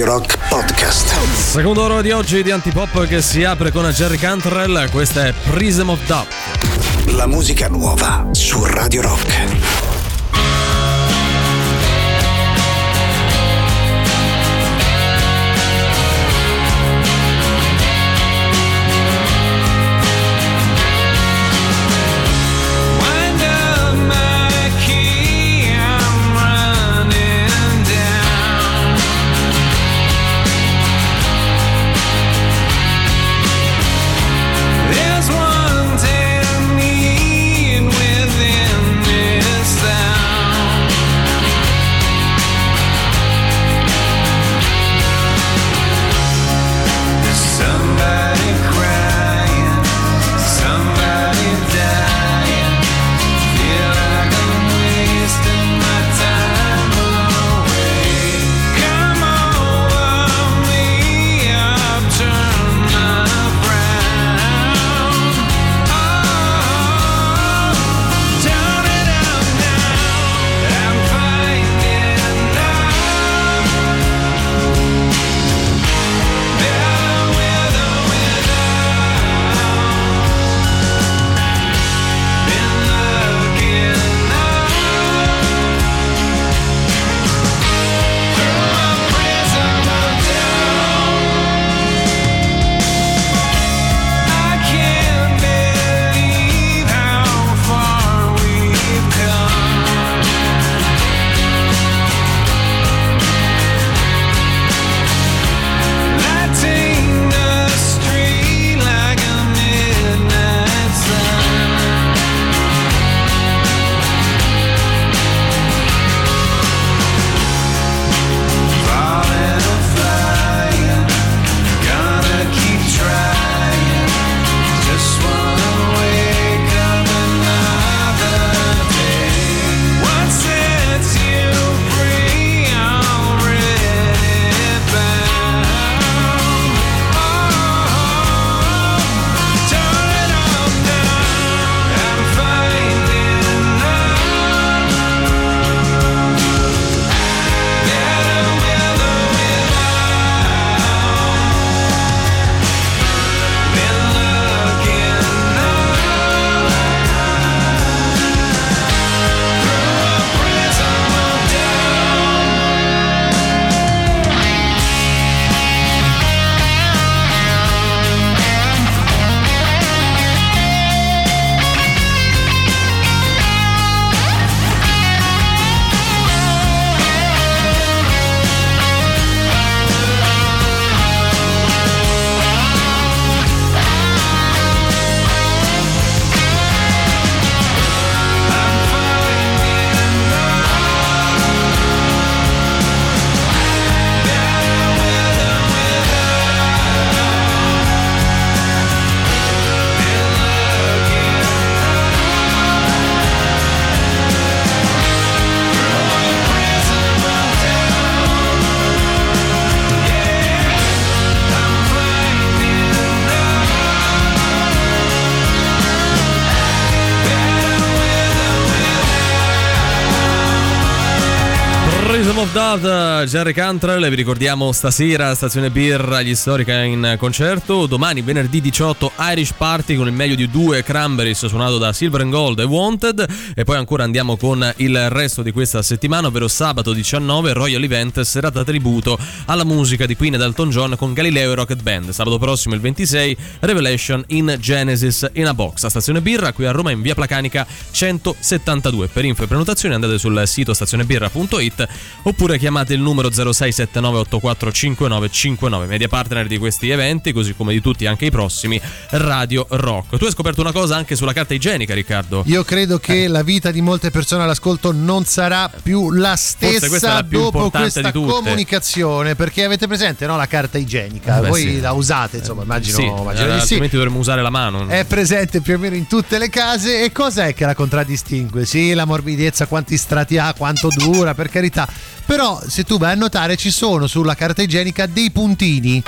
Radio Rock Podcast. Secondo ora di oggi di Antipop che si apre con Jerry Cantrell, questa è Prism of Doubt. La musica nuova su Radio Rock. of Doubt, Jerry Cantrell. Vi ricordiamo stasera Stazione Birra gli Storica in concerto, domani venerdì diciotto Irish Party con il meglio di due Cranberries suonato da Silver and Gold e Wanted, e poi ancora andiamo con il resto di questa settimana, ovvero sabato diciannove Royal Event, serata tributo alla musica di Queen ed Elton John con Galileo e Rocket Band. Sabato prossimo il ventisei Revelation in Genesis in a Box a Stazione Birra qui a Roma in via Placanica centosettantadue. Per info e prenotazioni andate sul sito stazionebirra punto it oppure chiamate il numero zero sei sette nove otto quattro cinque nove cinque nove, media partner di questi eventi così come di tutti anche i prossimi, Radio Rock. Tu hai scoperto una cosa anche sulla carta igienica, Riccardo? Io credo che eh. la vita di molte persone all'ascolto non sarà più la stessa la dopo questa comunicazione, perché avete presente, no, la carta igienica? Eh beh, voi sì. la usate, insomma, immagino, sì, immagino eh, di sì. Altrimenti dovremmo usare la mano. È presente più o meno in tutte le case. E cos'è che la contraddistingue? Sì, la morbidezza, quanti strati ha, quanto dura, per carità. Però se tu vai a notare ci sono sulla carta igienica dei puntini.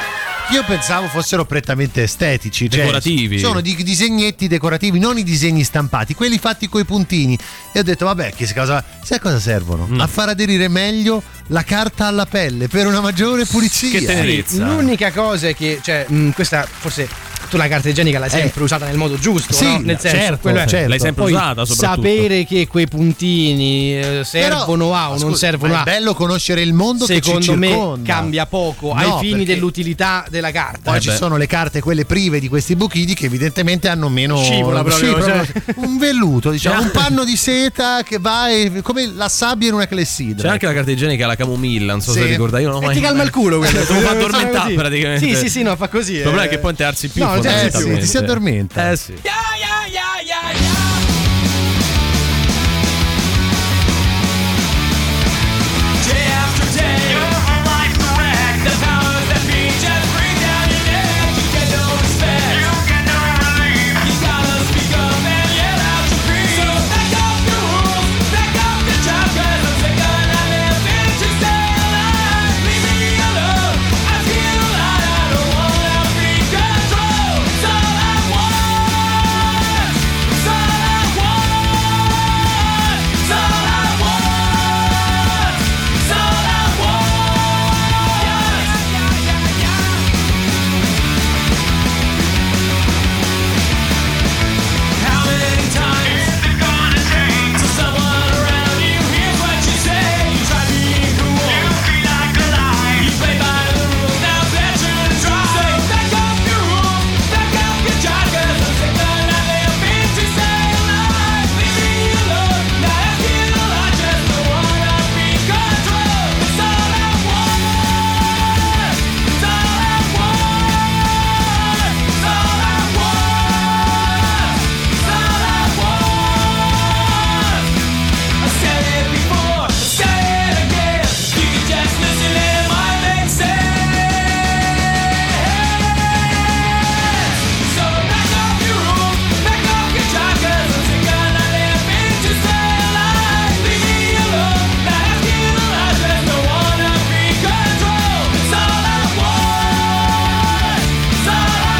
Io pensavo fossero prettamente estetici, cioè decorativi. Sono di disegnetti decorativi, non i disegni stampati, quelli fatti coi puntini. E ho detto, vabbè, che cosa, sai a cosa servono? Mm. A far aderire meglio la carta alla pelle per una maggiore pulizia. Che tenerezza. L'unica cosa è che, cioè, mh, questa forse tu la carta igienica l'hai sempre Eh. usata nel modo giusto, Sì, no? Nel senso, certo, quello è. certo. L'hai sempre Poi usata, soprattutto. sapere che quei puntini eh, servono Però, a o non scusa, servono ma a. è bello conoscere il mondo che ci Secondo me circonda. cambia poco No, ai fini perché dell'utilità della carta. Poi Eh ci beh. sono le carte, quelle prive di questi buchini, che evidentemente hanno meno Scivola proprio, Scivola, cioè. un velluto, diciamo, un panno di seta che va e, come la sabbia in una clessidra. C'è anche la carta igienica alla camomilla, non so Sì. se ricordate. Io non ho E mai ti calma il culo quello. Te lo fa Sono addormentare così. praticamente. Sì, sì, sì, no, fa così. Il problema è che poi non ti alzi più. No, non ti alzi più, fondamentalmente. ti si addormenta. Eh sì. Day after day, your life's a wreck. The powers that be just bring down your neck. You get no respect. You get no relief. You gotta speak up and yell out your creed. So back up your rules, back up your job, 'cause I'm sick of not living to stay alive. Leave me alone. I feel like I don't wanna be controlled. It's all I want. It's all I want. It's all I want. It's all I want. How many times is it gonna take till someone around you hears what you say? You try being cool, you feel like a lie. You play by the rules, now veterans try. Say, back up your rules, back up your job, 'cause I'm sick of not living to stay alive. Leave me alone, now I feel I just don't wanna be controlled. It's all I want. It's all I want. It's all I want. It's all I want. I said it before, I said it again. You can just listen, it might make sense. So back up your rules, back up your job, 'cause I'm sick of not living to stay alive. Leave me alone, now I feel I just don't wanna be controlled. It's all I want. It's all I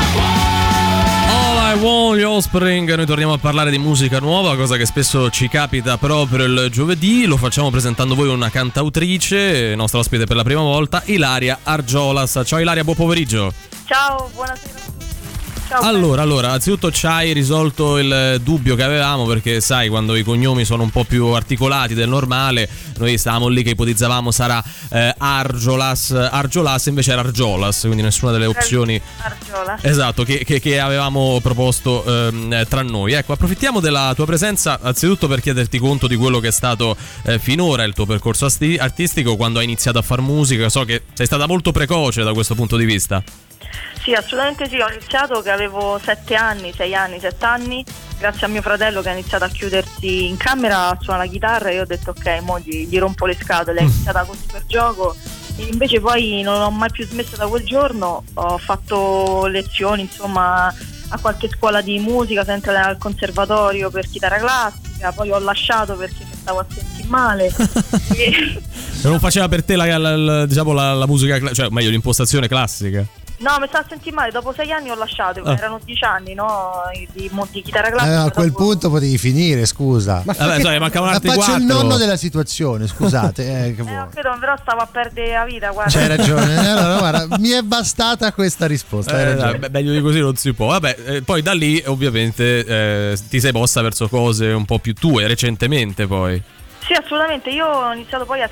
want. All I Want, gli Offspring. Noi torniamo a parlare di musica nuova, cosa che spesso ci capita proprio il giovedì. Lo facciamo presentando voi una cantautrice, nostra ospite per la prima volta, Ilaria Argiolas. Ciao Ilaria, buon pomeriggio. Ciao, buonasera a tutti. Ciao. Allora, allora, anzitutto ci hai risolto il dubbio che avevamo, perché sai, quando i cognomi sono un po' più articolati del normale, noi stavamo lì che ipotizzavamo sarà eh, Argiolas, Argiolas, invece era Argiolas, quindi nessuna delle opzioni. Argiola. Esatto, che, che, che avevamo proposto ehm, tra noi. Ecco, approfittiamo della tua presenza anzitutto per chiederti conto di quello che è stato eh, finora il tuo percorso asti- artistico quando hai iniziato a far musica. So che sei stata molto precoce da questo punto di vista. Sì, assolutamente sì, ho iniziato che avevo sette anni, sei anni, sette anni, grazie a mio fratello che ha iniziato a chiudersi in camera a suonare la chitarra e io ho detto ok, mo gli, gli rompo le scatole, è iniziata così per gioco e invece poi non ho mai più smesso da quel giorno, ho fatto lezioni insomma a qualche scuola di musica, sempre al conservatorio per chitarra classica, poi ho lasciato perché mi stavo a sentire male e... Non faceva per te la, la, la, diciamo la, la musica, cla- cioè meglio l'impostazione classica? No, mi stavo a sentire male, dopo sei anni ho lasciato, Ah. erano dieci anni, no? Di, di chitarra Eh, classica. a quel dopo- punto potevi finire, scusa. Ma vabbè, sai, mancavano Ma altri faccio il quattro. nonno della situazione, scusate. Eh, che Eh, vuoi. ho capito, però stavo a perdere la vita, guarda. C'hai ragione. Eh, Allora, guarda, mi è bastata questa risposta. Hai Eh, ragione. dai, beh, meglio di così non si può. Vabbè, eh, poi da lì ovviamente eh, ti sei mossa verso cose un po' più tue, recentemente poi. Sì, assolutamente, io ho iniziato poi a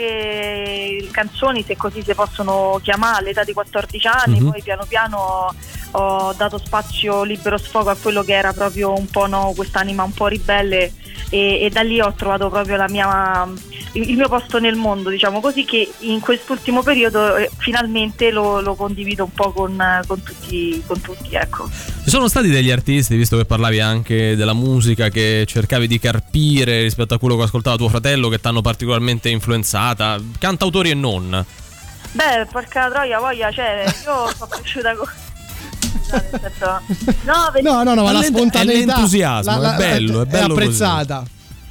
scrivere canzoni, se così si possono chiamare, all'età di quattordici anni, Mhm. poi piano piano ho dato spazio, libero sfogo a quello che era proprio un po' no, quest'anima un po' ribelle e, e da lì ho trovato proprio la mia, il mio posto nel mondo, diciamo così, che in quest'ultimo periodo eh, finalmente lo, lo condivido un po' con, con tutti, con tutti, ecco. Ci sono stati degli artisti, visto che parlavi anche della musica, che cercavi di carpire rispetto a quello che ascoltava tuo fratello, che ti hanno particolarmente influenzata, cantautori e non? Beh, porca troia, voglia, cioè, io sono cresciuta con... Scusate, nel senso- No, perché- No, no, no, ma la È l'en- spontaneità è l'entusiasmo, la- la- è bello, è bello così. apprezzata.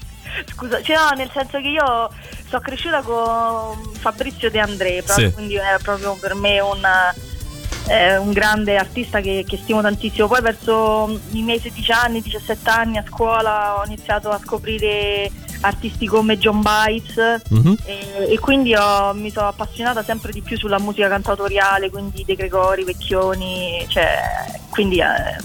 Scusa, cioè, no, nel senso che io sono cresciuta con Fabrizio De André, proprio, Sì. quindi era proprio per me un, è un grande artista che, che stimo tantissimo. Poi verso i miei sedici anni, diciassette anni a scuola ho iniziato a scoprire artisti come John Bites mm-hmm. e, e quindi ho, mi sono appassionata sempre di più sulla musica cantautoriale, quindi De Gregori, Vecchioni, cioè, quindi eh,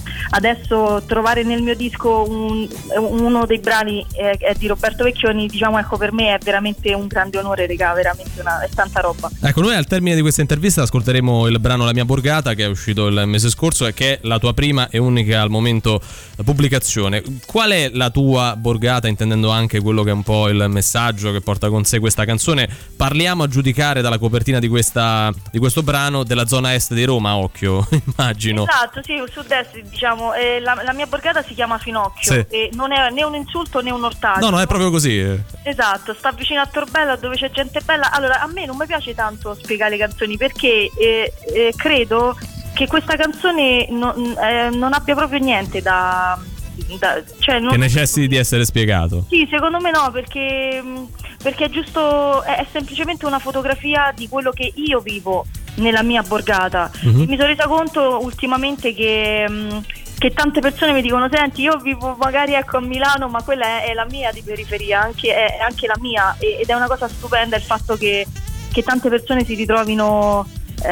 adesso trovare nel mio disco un, uno dei brani è, è di Roberto Vecchioni, diciamo, ecco, per me è veramente un grande onore, regà, veramente una, è tanta roba. Ecco, noi al termine di questa intervista ascolteremo il brano La mia borgata, che è uscito il mese scorso e che è la tua prima e unica al momento pubblicazione. Qual è la tua borgata, intendendo anche quello che è un po' il messaggio che porta con sé questa canzone? Parliamo, a giudicare dalla copertina di questa di questo brano, della zona est di Roma, occhio, immagino. Esatto, sì, sud-est, diciamo. Eh, la, la mia borgata si chiama Finocchio, sì. E non è né un insulto né un ortaggio. No, no, è proprio così. Esatto, sta vicino a Torbella, dove c'è gente bella. Allora, a me non mi piace tanto spiegare le canzoni, perché eh, eh, credo che questa canzone non, eh, non abbia proprio niente da... Da, cioè non, che necessiti di essere spiegato. Sì, secondo me no, perché, perché è giusto, è, è semplicemente una fotografia di quello che io vivo nella mia borgata. Mm-hmm. Mi sono resa conto ultimamente che, che tante persone mi dicono: senti, io vivo magari ecco a Milano, ma quella è, è la mia di periferia, anche, è, è anche la mia, ed è una cosa stupenda il fatto che, che tante persone si ritrovino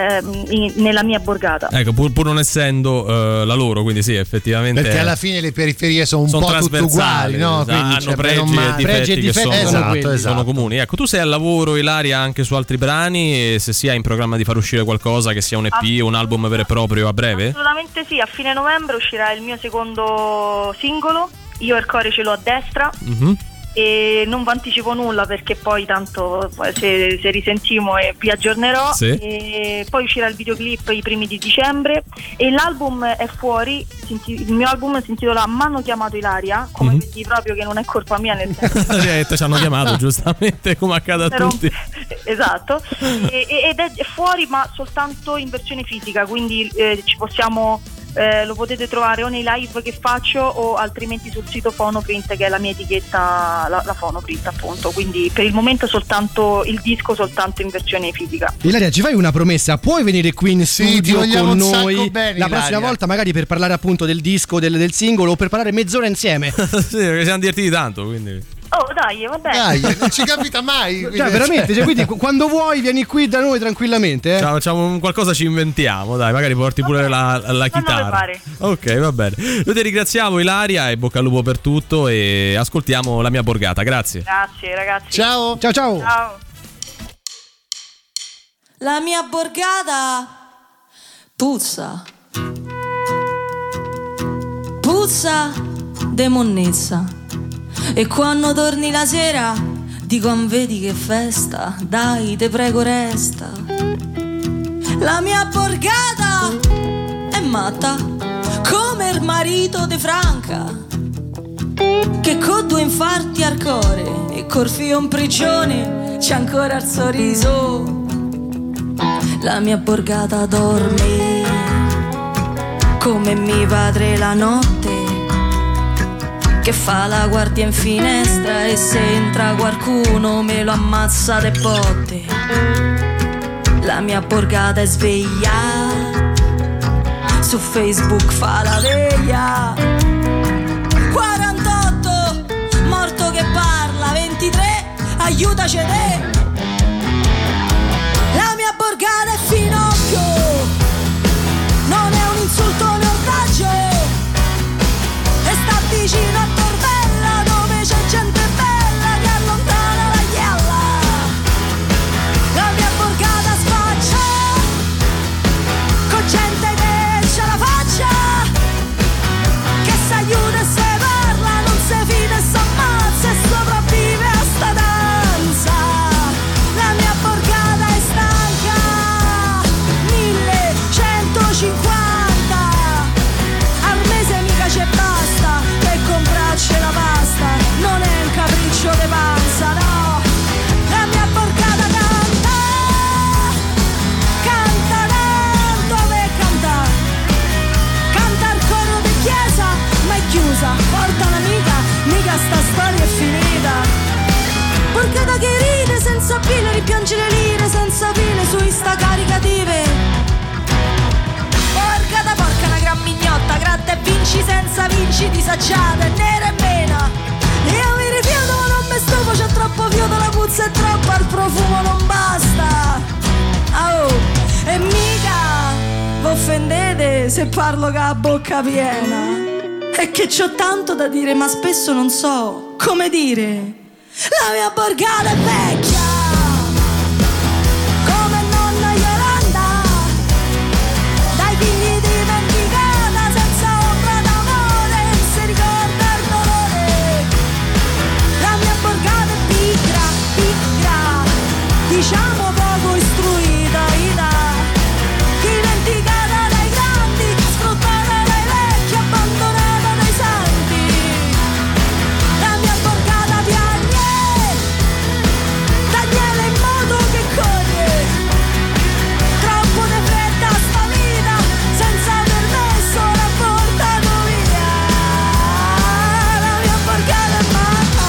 In, nella mia borgata. Ecco, pur, pur non essendo uh, la loro, quindi sì, effettivamente. Perché alla fine le periferie sono un sono po' tutte uguali, no? Quindi hanno pregi e difetti, pregi e difetti che sono, esatto, esatto. esatto. sono comuni. Ecco, tu sei al lavoro, Ilaria, anche su altri brani, e se si ha in programma di far uscire qualcosa, che sia un E P o un album vero e proprio a breve? Assolutamente sì, a fine novembre uscirà il mio secondo singolo, Io il cuore ce l'ho a destra. Mm-hmm. E non vi anticipo nulla, perché poi tanto se, se risentimo e vi aggiornerò, sì. E poi uscirà il videoclip i primi di dicembre e l'album è fuori. Il mio album si intitola M'hanno chiamato Ilaria, come mm-hmm. vedi proprio che non è colpa mia, nel senso ci hanno chiamato giustamente, come accade a Però, tutti. Esatto. e, ed è fuori, ma soltanto in versione fisica, quindi eh, ci possiamo Eh, lo potete trovare o nei live che faccio o altrimenti sul sito Fonoprint, che è la mia etichetta, la, la Fonoprint appunto. Quindi per il momento soltanto il disco, soltanto in versione fisica. Ilaria, ci fai una promessa? Puoi venire qui in studio sì, con noi bene, la prossima Ilaria. volta, magari per parlare appunto del disco, del, del singolo, o per parlare mezz'ora insieme? Sì, perché siamo divertiti tanto, quindi. Oh dai, va bene. Dai, non ci capita mai. Cioè, veramente, cioè, quindi quando vuoi vieni qui da noi tranquillamente, eh? Ciao, facciamo qualcosa, ci inventiamo, dai, magari porti pure la, la chitarra. Ok, va bene. Noi ti ringraziamo, Ilaria, e bocca al lupo per tutto, e ascoltiamo La mia borgata. Grazie. Grazie ragazzi. Ciao. Ciao ciao. Ciao. La mia borgata puzza. Puzza de monnezza. E quando torni la sera dico: vedi che festa, dai te prego resta. La mia borgata è matta come il marito de Franca, che con due infarti al cuore e col figlio in prigione c'è ancora il sorriso. La mia borgata dorme come mio padre la notte, che fa la guardia in finestra e se entra qualcuno me lo ammazza de botte. La mia borgata è sveglia, su Facebook fa la veglia. quarantotto, morto che parla, ventitré, aiutaci te. La mia borgata è Finocchio, non è un insulto né ortaggio, e sta vicino a Torbella, dove c'è gente bella che allontana la ghiella. La mia borgata spaccia con gente che c'ha la faccia, che s'aiuta e se parla, non se fida e s'ammazza e sopravvive a sta danza. La mia borgata è stanca, millecentocinquanta al mese mica c'è basta per comprarci la pasta, non è un capriccio de panza, no. La mia borgata canta, canta tanto per cantare, canta il coro di chiesa, ma è chiusa, porta un'amica, mica sta storia è finita. Borgata che ride senza fine, ripiange le lire senza fine su sta caricative. pesci senza vinci, disagiate, nera e mena. Io mi rifiuto ma non mi stufo, c'è troppo fiuto, la puzza è troppa, il profumo non basta. Oh, e mica vi offendete se parlo con la bocca piena. È che c'ho tanto da dire ma spesso non so come dire. La mia borgata è vecchia come nonna Yolanda, dai figli dimenticata, senza ombra d'amore, non si ricorda il dolore. La mia borgata è pigra, pigra, diciamo poco istruita, ida, dimenticata dai grandi, sfruttata dai vecchi, abbandonata dai santi. La mia borgata piagne, Daniele in moto che corre, troppo de fretta sta vita, senza permesso l'ha portato via. La mia borgata è matta,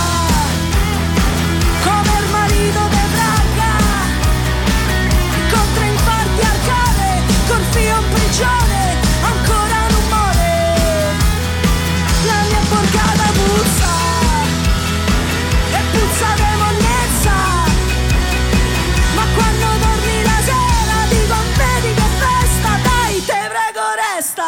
come il marito de Franca, contra infarti al cane, col figlio in prigione, ancora non muore. La mia borgata puzza, e puzza de monnezza, ma quando torni la sera dico vedi che festa, dai te prego resta.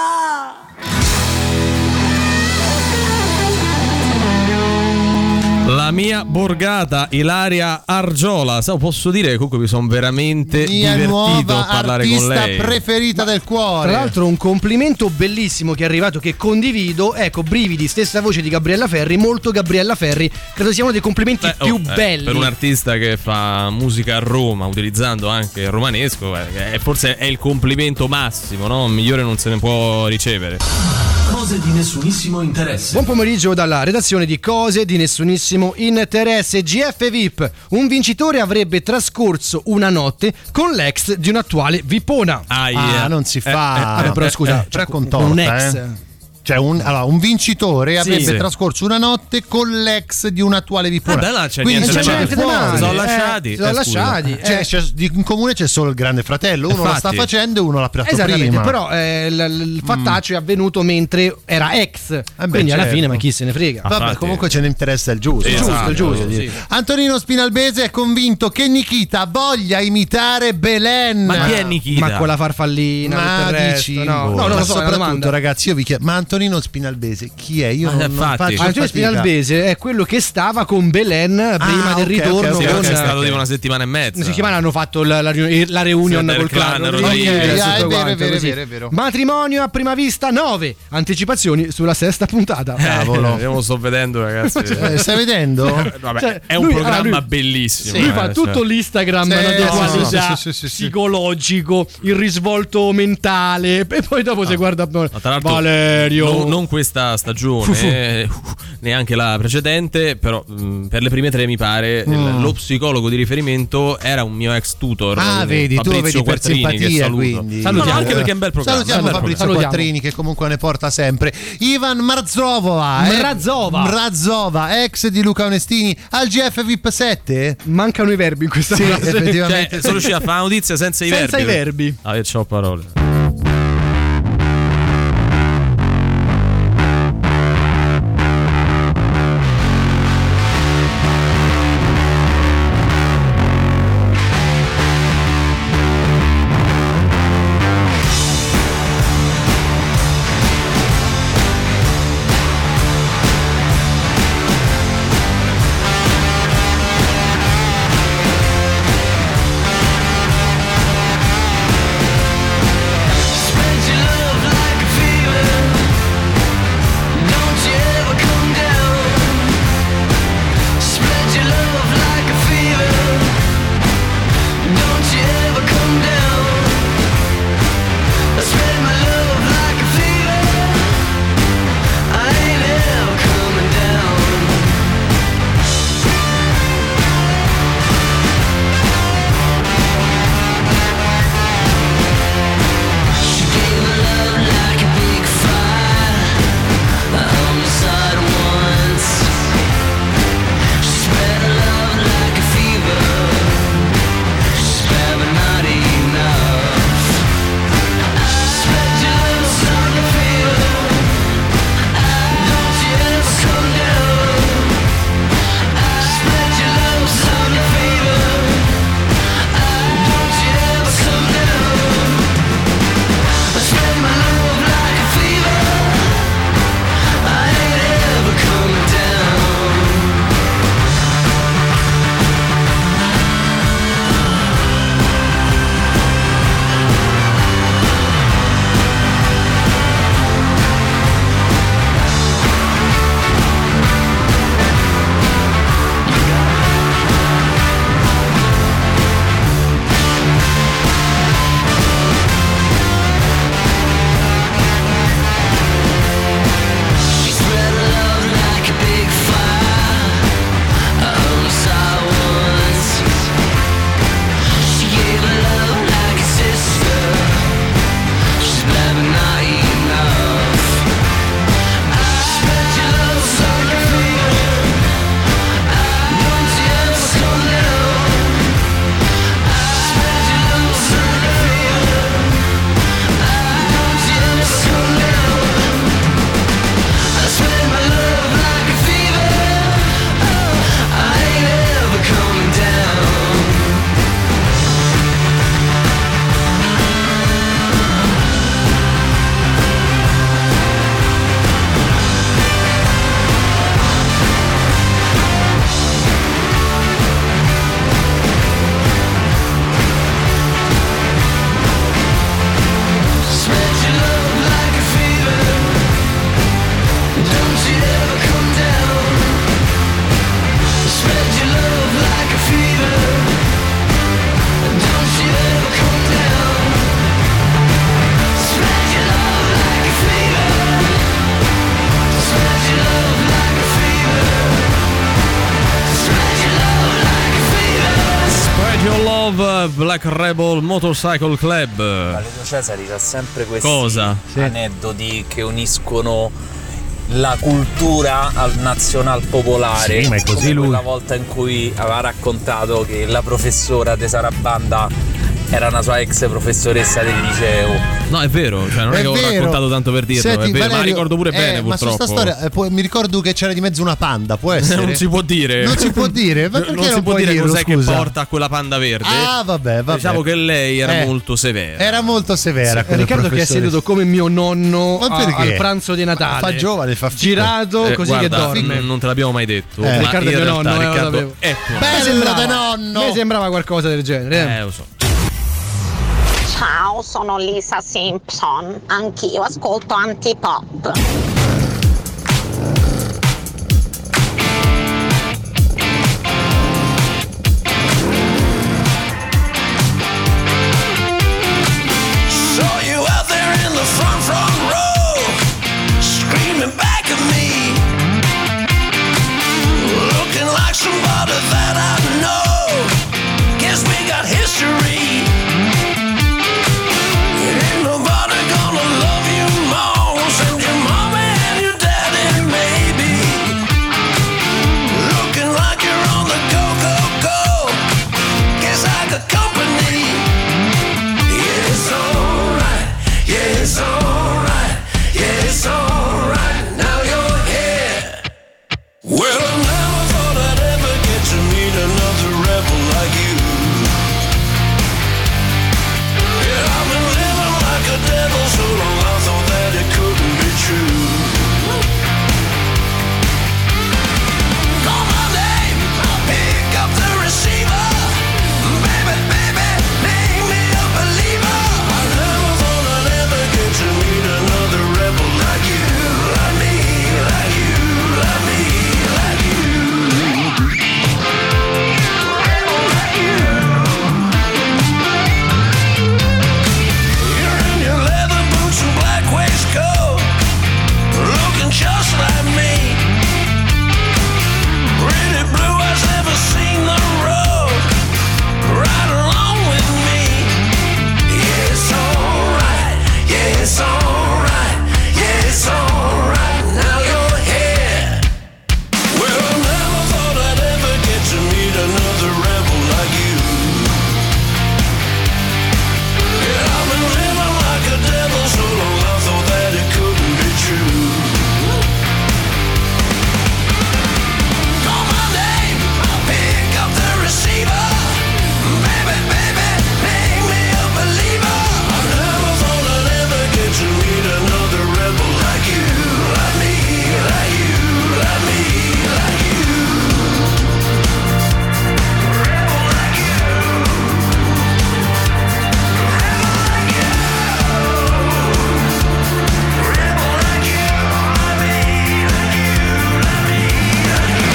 La mia borgata, Ilaria Argiola. Sa, posso dire che comunque mi sono veramente Mia divertito nuova a parlare con artista lei. preferita del cuore. Tra l'altro un complimento bellissimo che è arrivato, che condivido. Ecco, brividi, stessa voce di Gabriella Ferri, molto Gabriella Ferri. Credo sia uno dei complimenti Beh, oh, più eh, belli. per un artista che fa musica a Roma utilizzando anche il romanesco, eh, eh, forse è il complimento massimo, no? Migliore non se ne può ricevere. Cose di nessunissimo interesse. Buon pomeriggio dalla redazione di Cose di nessunissimo interesse. G F V I P, un vincitore avrebbe trascorso una notte con l'ex di un'attuale vipona. Ah, Ah, non si fa. Eh, eh, però scusa, eh, cioè, con con un torta, ex. eh. Cioè un, allora, un vincitore Sì, avrebbe sì. trascorso una notte con l'ex di un attuale vipona. Vabbè, là c'è Quindi niente non da c'è male. niente da male. Si sono Eh, lasciati. si sono Eh, scusa. lasciati. Cioè, eh. c'è- di- in comune c'è solo il grande fratello, uno lo sta Infatti. facendo e uno l'ha aperto Esattamente, prima. però eh, l- l- il fattaccio è avvenuto mentre era ex. beh, quindi alla certo. fine, ma chi se ne frega? Vabbè, Infatti. comunque ce ne interessa il giusto. Sì, Il giusto, esatto, il giusto. sì. Antonino Spinalbese è convinto che Nikita voglia imitare Belen. Ma chi è Nikita? Ma con la farfallina, Ma tutto il resto, dici, no, no, boh. non ma lo so, è una soprattutto domanda. ragazzi io vi chiedo, ma Antonino Spinalbese chi è? Io Ma non, non infatti. faccio Antonio fatica. Spinalbese è quello che stava con Belen prima Ah, del ok, ritorno. ok, Sì, ok, non con, c'è ok. stato tipo una settimana e mezza. Una settimana hanno fatto la, la, la reunion Sì, del col clan, clan Rodriguez, Rodriguez. tutto Ah, è vero, quanto, è vero, è così. vero, è vero. Matrimonio a prima vista nove, anticipazioni sulla sesta puntata. Cavolo. Eh, io lo sto vedendo, ragazzi. Eh, stai vedendo? Vabbè, Cioè, è un lui- programma allora, lui- bellissimo. Lui eh, fa cioè. tutto l'Instagram Sì, no, di no, qualità, sì, sì, sì, sì. psicologico, il risvolto mentale, e poi dopo si guarda Ma tra l'altro, Valerio. non, non questa stagione, eh, neanche la precedente, però mh, per le prime tre mi pare il- Mm. lo psicologo di riferimento era un mio ex tutor. Ah, quindi vedi, tu lo Fabrizio vedi per Quattrini, che simpatia, saluto. quindi. Salutiamo, No, no, anche perché è un bel programma. Salutiamo è un bel Fabrizio Salutiamo. Quattrini che comunque ne porta sempre. Ivan Marzova, eh? Mrazova. Mrazova, ex di Luca Onestini, al G F V I P sette? Mancano i verbi in questa Sì, frase. effettivamente. Cioè, sono riuscito a fare una notizia senza i Senza verbi. i verbi. Ah, io c'ho parole. Club, Black Rebel Motorcycle Club. Valerio Cesari c'ha sempre questi Cosa? aneddoti che uniscono la cultura al nazional popolare. Sì, ma è così come lui. quella volta in cui aveva raccontato che la professora di Sarabanda era una sua ex professoressa del liceo. No, è vero, cioè non è, È che ho vero. raccontato tanto per dirlo, Senti, è vero, ma Valerio, ricordo pure eh, bene ma su purtroppo. sta storia eh, poi mi ricordo che c'era di mezzo una panda, può essere? Non si può dire. Non si può dire, ma perché non non, si può puoi dire dirlo, cos'è scusa? che porta a quella panda verde. Ah, vabbè, vabbè. Diciamo che lei era Eh. molto severa. Era molto severa. Sì, quella Riccardo che è professoressa. seduto come mio nonno Ma a- perché? al pranzo di Natale. Fa giovane, fa figo. girato Eh, così guarda, che dorme. Non te l'abbiamo mai detto. Eh. Ma Riccardo è in mio realtà, nonno, eh, lo Riccardo sapevo. è tuo Mi Bello sembrava- da nonno. Mi sembrava qualcosa del genere. Eh, lo so. Ciao, sono Lisa Simpson. Anch'io ascolto Antipop. Saw you out there in the front front row, screaming back at me, looking like somebody that I know. Guess we got history. Ain't nobody gonna love you more, except your mama and your daddy, maybe. Looking like you're on the go go go. Guess I got company. Yeah, it's alright. Yeah, it's alright. Yeah, it's alright. Now you're here. Well, I never thought I'd ever get to meet another rebel like you. Yeah, I've been living like a devil so long I thought that it couldn't be true. Call my name, I'll pick up the receiver. Baby, baby, make me a believer. I never thought I'd ever get to meet another rebel like you, like me, like you, like me, like you. Rebel like you. You're in your leather boots and black waistcoat, looking just like me. Pretty blue eyes, never seen the road. Ride along with me. Yeah, it's alright. Yeah, it's alright. Yeah, it's alright. Now you're here. Well, I never thought I'd ever get to meet another rebel like you. Yeah, I've been living like a devil so long I thought that it couldn't be true. Call my name, I'll pick up the receiver. Baby, baby, make me a believer. I never thought I'd ever get to meet another rebel like you, like me, like you, like me, like you. Rebel like you. Rebel like you. Rebel like you, like me, like you, like me, like you.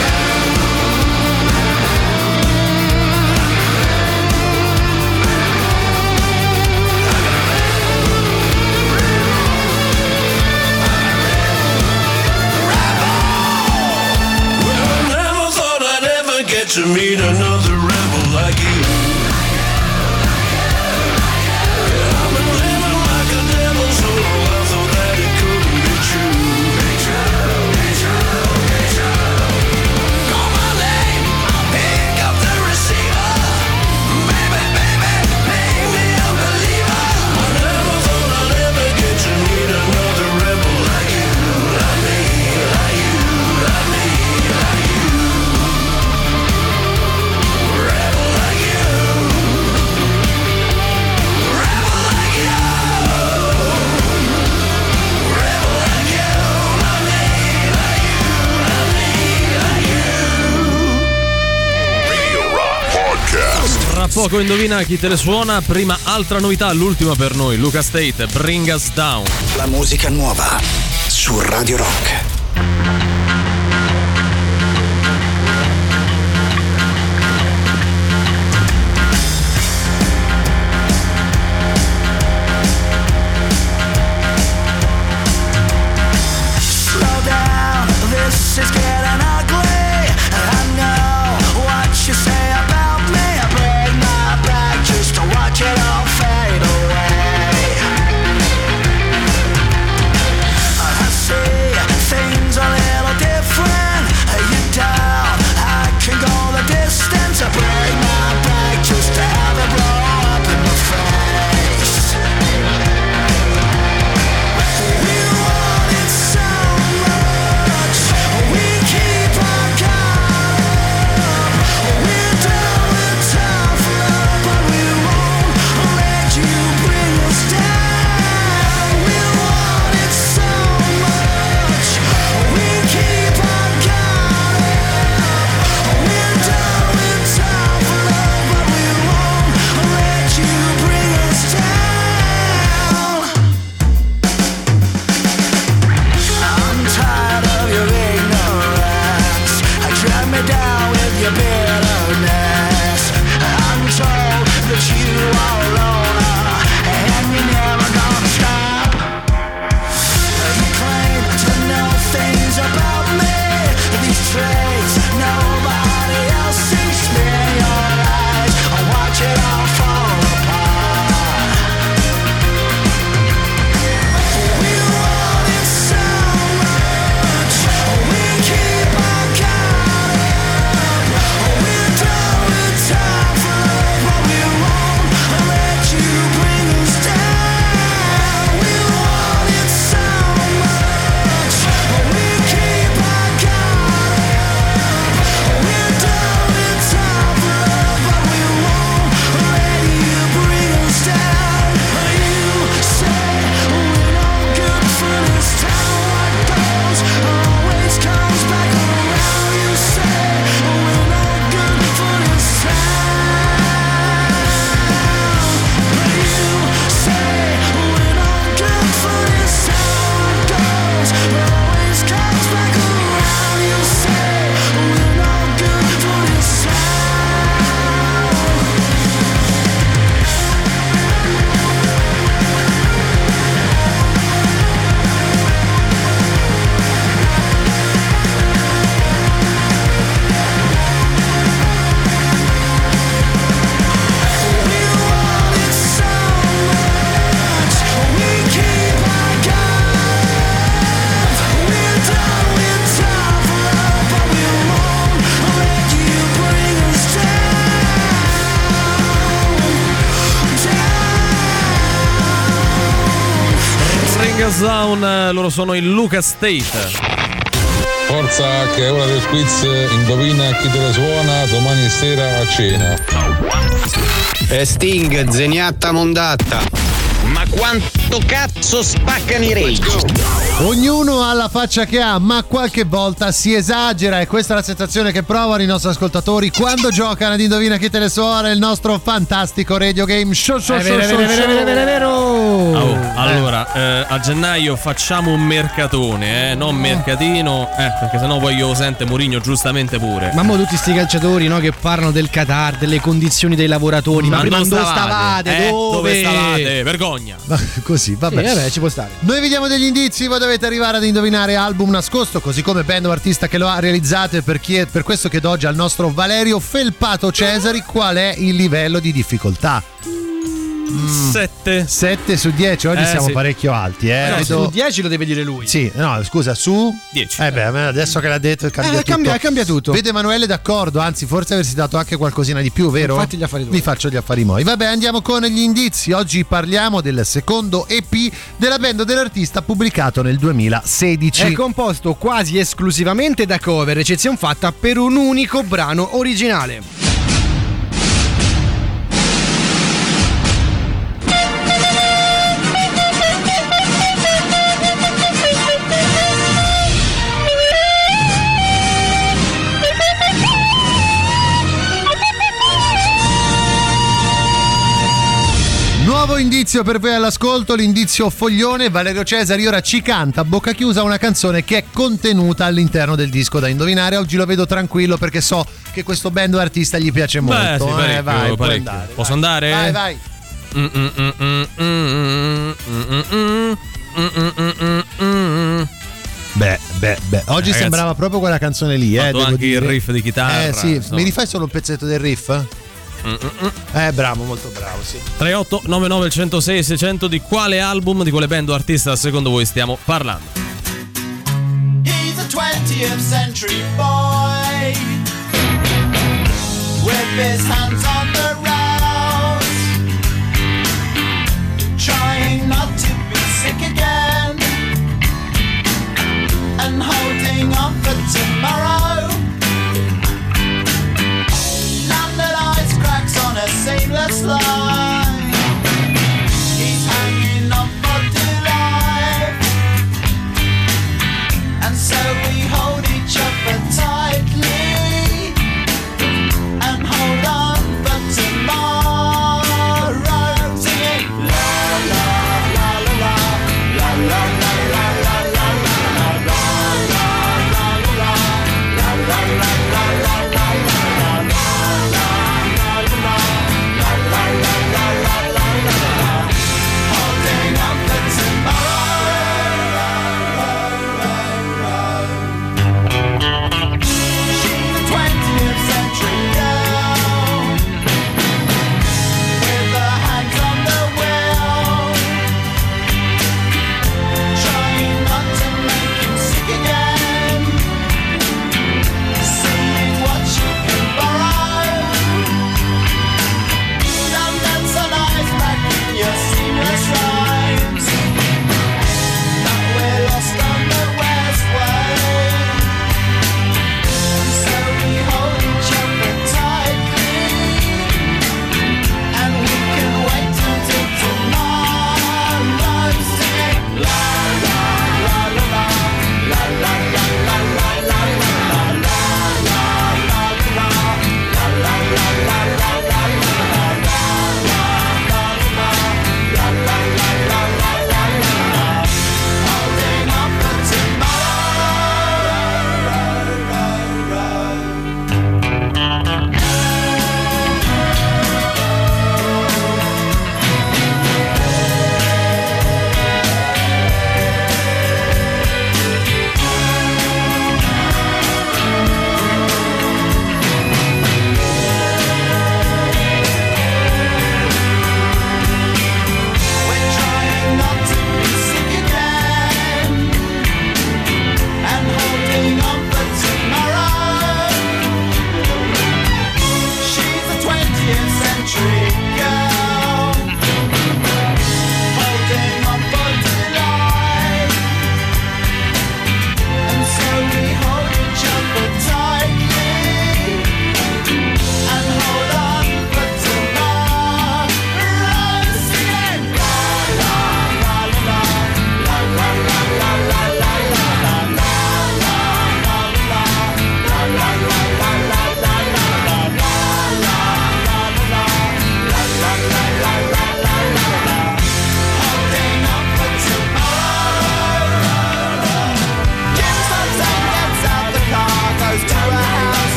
Well, I never thought I'd ever get to meet another rebel like you. Yeah, I've been living like a devil so long I thought that it couldn't be true. Call my name, I'll pick up the receiver. Baby, baby, make me a believer. I never thought I'd ever get to meet another rebel like you, like me, like you, like me, like you. Rebel like you. Rebel like you. Rebel like you, like me, like you, like me, like you. Radio Rock Podcast. Tra poco indovina chi te le suona. Prima altra novità, l'ultima per noi. Luca State, Bring Us Down. La musica nuova su Radio Rock. Slow down, this is getting ugly. I know what you say about me. Bring my back to Countdown, loro sono il Lucas State. Forza che è ora del quiz, indovina chi te la suona domani sera a cena. E Sting, Zeniatta Mondatta. Ma quanto cazzo spaccano i rage? Ognuno ha la faccia che ha, ma qualche volta si esagera e questa è la sensazione che provano i nostri ascoltatori quando giocano ad Indovina chi te le suona, il nostro fantastico radio game show show È show vero, show, è vero, show. è vero, è vero. Oh, allora, eh, a gennaio facciamo un mercatone, eh, non mercatino, eh, perché sennò poi io sente Mourinho giustamente pure. Ma mo tutti sti calciatori, no, che parlano del Qatar, delle condizioni dei lavoratori, ma, ma prima dove stavate? Eh, dove? dove stavate? Vergogna. Ma così, vabbè. Sì, vabbè, ci può stare. Noi vi diamo degli indizi, voi dovete arrivare ad indovinare album nascosto, così come band o artista che lo ha realizzato, e per, chi è, per questo chiedo oggi al nostro Valerio Felpato Cesari qual è il livello di difficoltà. sette sette su dieci, oggi Eh, siamo sì. parecchio alti, eh. No, Vedo- su dieci lo deve dire lui. Sì, no, scusa, su dieci. Eh beh, adesso che l'ha detto cambia Eh, tutto. cambia- cambia tutto. Vedo Emanuele d'accordo, anzi forse avresti dato anche qualcosina di più, vero? Fatti gli affari tuoi. Vi faccio gli affari miei. Vabbè, andiamo con gli indizi. Oggi parliamo del secondo E P della band o dell'artista pubblicato nel duemilasedici. È composto quasi esclusivamente da cover, eccezione fatta per un unico brano originale. Nuovo indizio per voi all'ascolto, l'indizio foglione. Valerio Cesari ora ci canta a bocca chiusa una canzone che è contenuta all'interno del disco da indovinare. Oggi lo vedo tranquillo perché so che questo band o artista gli piace molto. Beh, sì, parecchio, eh, vai, puoi parecchio. andare, Posso andare? Vai, vai. Mm, mm, mm, mm, mm, mm, mm, mm, mm, mm. Beh, beh, beh. Oggi Ragazzi, sembrava proprio quella canzone lì, eh. fatto devo anche il dire. riff di chitarra, Eh sì, insomma. mi rifai solo un pezzetto del riff? Eh, bravo, molto bravo, sì. tre otto nove nove uno zero sei sei zero zero. Di quale album, di quale band o artista secondo voi stiamo parlando? He's a twentieth century boy with his hands on the rails, trying not to be sick again and holding on for tomorrow. Landed ice cracks on a seamless line. He's hanging on for dear life, and so we hold each other tightly.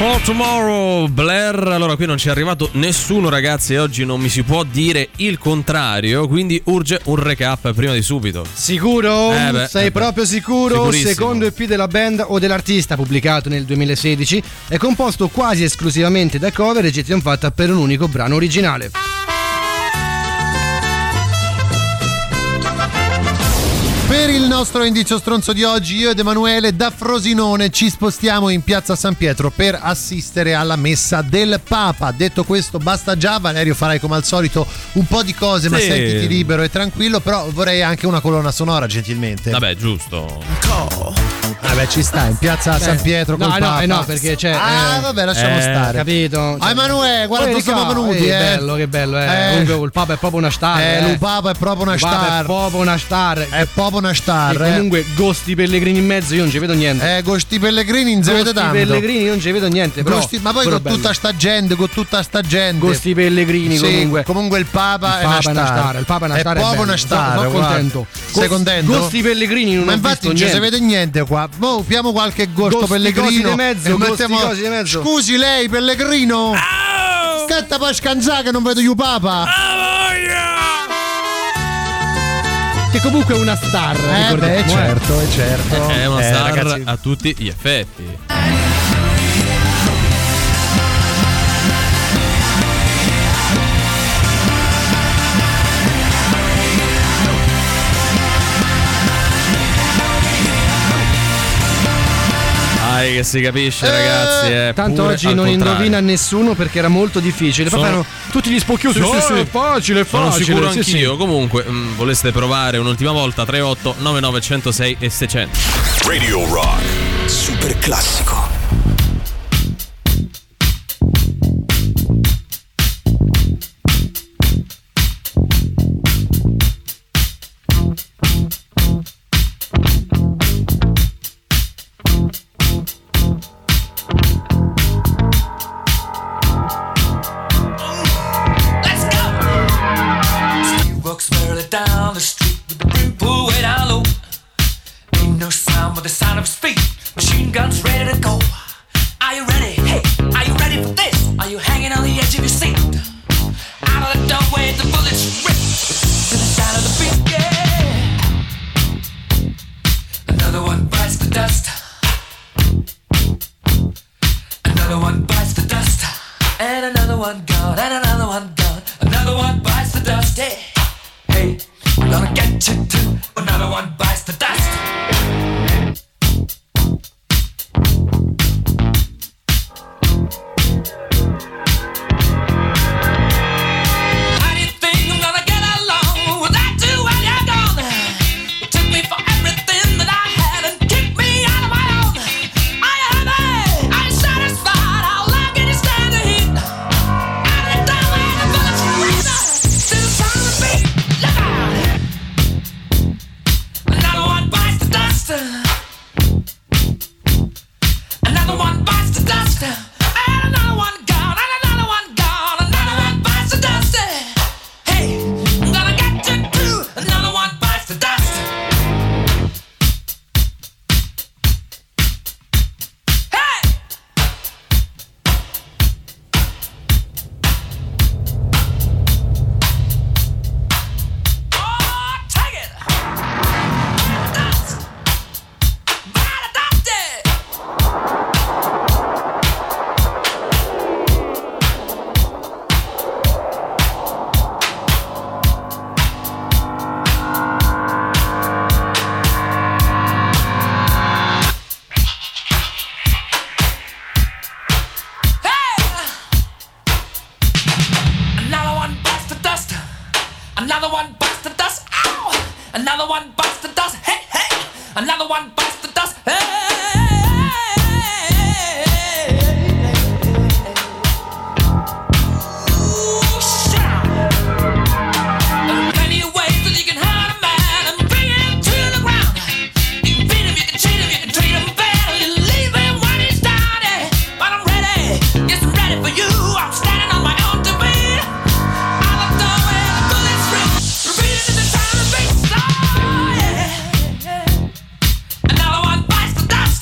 For Tomorrow, Blair. Allora, qui non ci è arrivato nessuno, ragazzi, e oggi non mi si può dire il contrario, quindi urge un recap prima di subito. Sicuro? Eh beh, Sei eh beh. proprio sicuro? Sicurissimo. Secondo E P della band o dell'artista, pubblicato nel duemilasedici, è composto quasi esclusivamente da cover e gestione fatta per un unico brano originale. Per il nostro indizio stronzo di oggi, io ed Emanuele da Frosinone ci spostiamo in piazza San Pietro per assistere alla messa del Papa. Detto questo, basta già. Valerio, farai come al solito un po' di cose, ma Sì. sentiti libero e tranquillo. Però vorrei anche una colonna sonora, gentilmente. Vabbè, giusto. Vabbè, ci sta in piazza Eh, San Pietro no, col no, Papa. eh no, perché c'è. Ah, eh, vabbè, lasciamo eh, stare. Capito? Ah, Emanuele, guarda dove siamo venuti, eh, eh. bello, che bello, eh. Eh. Comunque il Papa è proprio una star. Eh, eh. il Papa è proprio una Il Papa star. È proprio una star. È proprio una star. E eh. comunque Gosti Pellegrini in mezzo io non ci vedo niente. Eh, Gosti Pellegrini non si vede Gosti tanto. Pellegrini io non ci vedo niente. Però, Gosti- ma poi però con bello. tutta sta gente, con tutta sta gente. Gosti Pellegrini Sì, comunque. comunque il Papa, Il è, una Papa è una star. star, il Papa è una star, è proprio bello. una star. Sono- sono guarda. contento. Sei Gos- contento? Gosti Pellegrini non Ma ho infatti visto non ci si niente. vede niente qua. Mo piamo qualche Gosto Gosti Pellegrino cosi di mezzo, e gosti mettiamo- cosi di mezzo. Scusi lei Pellegrino. Scatta per scanzare che non vedo io Papa. Che comunque è una star. Eh ricordiamo, beh, eh. certo, è certo. È una Eh, star ragazzi. a tutti gli effetti. Dai, che si capisce, ragazzi. Eh, Tanto pure oggi al non contrario. indovina nessuno perché era molto difficile. Sono- Proprio erano tutti gli spocchiosi. Sì, Oh, sì, sì. È facile, è Sono facile. sicuro sì, anch'io. sì. Comunque, mh, voleste provare un'ultima volta? tre otto nove nove uno zero sei e seicento. Radio Rock. Super classico. Steve walks barely down the street with the brim pulled way down low. Ain't no sound but the sound of his feet. Machine guns ready to go. Are you ready? Hey, are you ready for this? Are you hanging on the edge of your seat? Out of the doorway, the bullets rip to the sound of the beat. Yeah. Another one bites the dust. Another one bites the dust. And another one gone. And another one gone. Another one bites the dust. Hey, hey, I'm gonna get you too. Another one bites the dust. How do you think I'm gonna get along without you when you're gone? You took me for everything that I had and kicked me out of my own. Are you happy? Are you satisfied? How long can you stand the heat? Out of the doorway, the bullets race to the sound of the beat. Look out! Another one bites the dust. Another one bites the dust. And another one gone. And another one gone. Another one bites the dust. Hey, I'm gonna get you too. Another one bites the dust. Hey! Oh, take it! Dust! Bite the dust! Another one bites the dust. Another one bites the dust. Ow! Another one bites the dust. Hey, hey! Another one bites the dust. Hey! Ooh, shit! There are plenty of ways that you can hurt a man and bring him to the ground. You can beat him, you can cheat him, you can treat him bad, or you leave him when he's down. Yeah. But I'm ready, yes, I'm ready for you. I'm standing on my own two feet. Out the doorway, the bullets rip, repeating the sound of the beat. Oh, yeah. Another one bites the dust.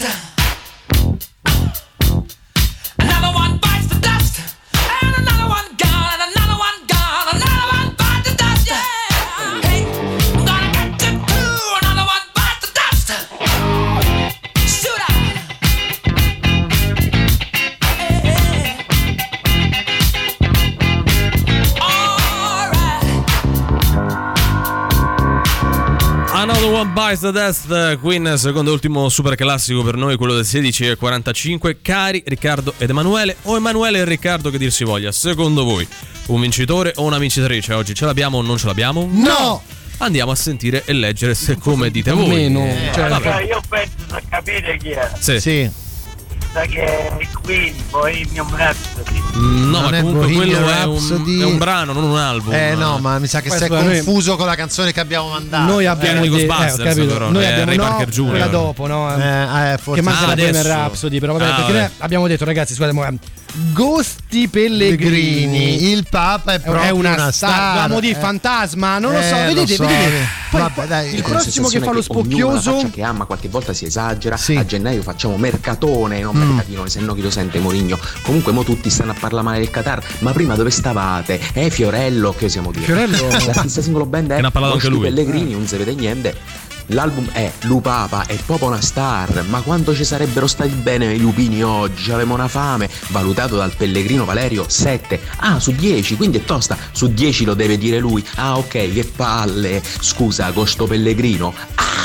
Another One Bites the Dust, Queen, secondo e ultimo super classico per noi, quello del sedici e quarantacinque. Cari Riccardo ed Emanuele, o Emanuele e Riccardo che dir si voglia, secondo voi un vincitore o una vincitrice oggi? Ce l'abbiamo o non ce l'abbiamo? No! Andiamo a sentire e leggere se come dite voi. Meno, Eh, cioè, vabbè. Io penso da capire chi è. Sì. Sì. Sa che è Queen, Bohemian Rhapsody. Mm, No, Non ma è comunque Bohemian quello è un, Rhapsody. è un brano, non un album. Eh no, ma mi sa che Poi sei scusa, noi- confuso con la canzone che abbiamo mandato. Noi abbiamo Era di de- Ghostbusters, eh, ho capito. però, Noi eh, abbiamo Ray no, Parker Junior quella dopo, no? Eh, eh, forse. Che manca Ah, la Bohemian adesso. Rhapsody, però vabbè, Ah, perché vabbè. noi abbiamo detto, ragazzi, scusate, mo, eh, Gosti Pellegrini. Pellegrini, il Papa è proprio è una, una star, star. Dovevamo dire eh. fantasma, non lo so, Eh, vedete, lo so. vedete. Poi, Vabbè, dai. il Con la prossimo che fa lo spocchioso che ama qualche volta si esagera. Sì. A gennaio facciamo mercatone, non Mm. mercatino, se no chi lo sente Mourinho. Comunque mo tutti stanno a parlare male del Qatar, ma prima dove stavate? Eh Fiorello, che osiamo dire? Fiorello? L'artista singolo band è ne ha parlato anche Gosti lui. Pellegrini, non si vede niente. L'album è Lupapa, è proprio una star, ma quanto ci sarebbero stati bene i lupini oggi? Avevamo una fame, valutato dal Pellegrino Valerio sette. Ah, su dieci, quindi è tosta, su dieci lo deve dire lui. Ah, ok, che palle. Scusa, Gosto Pellegrino.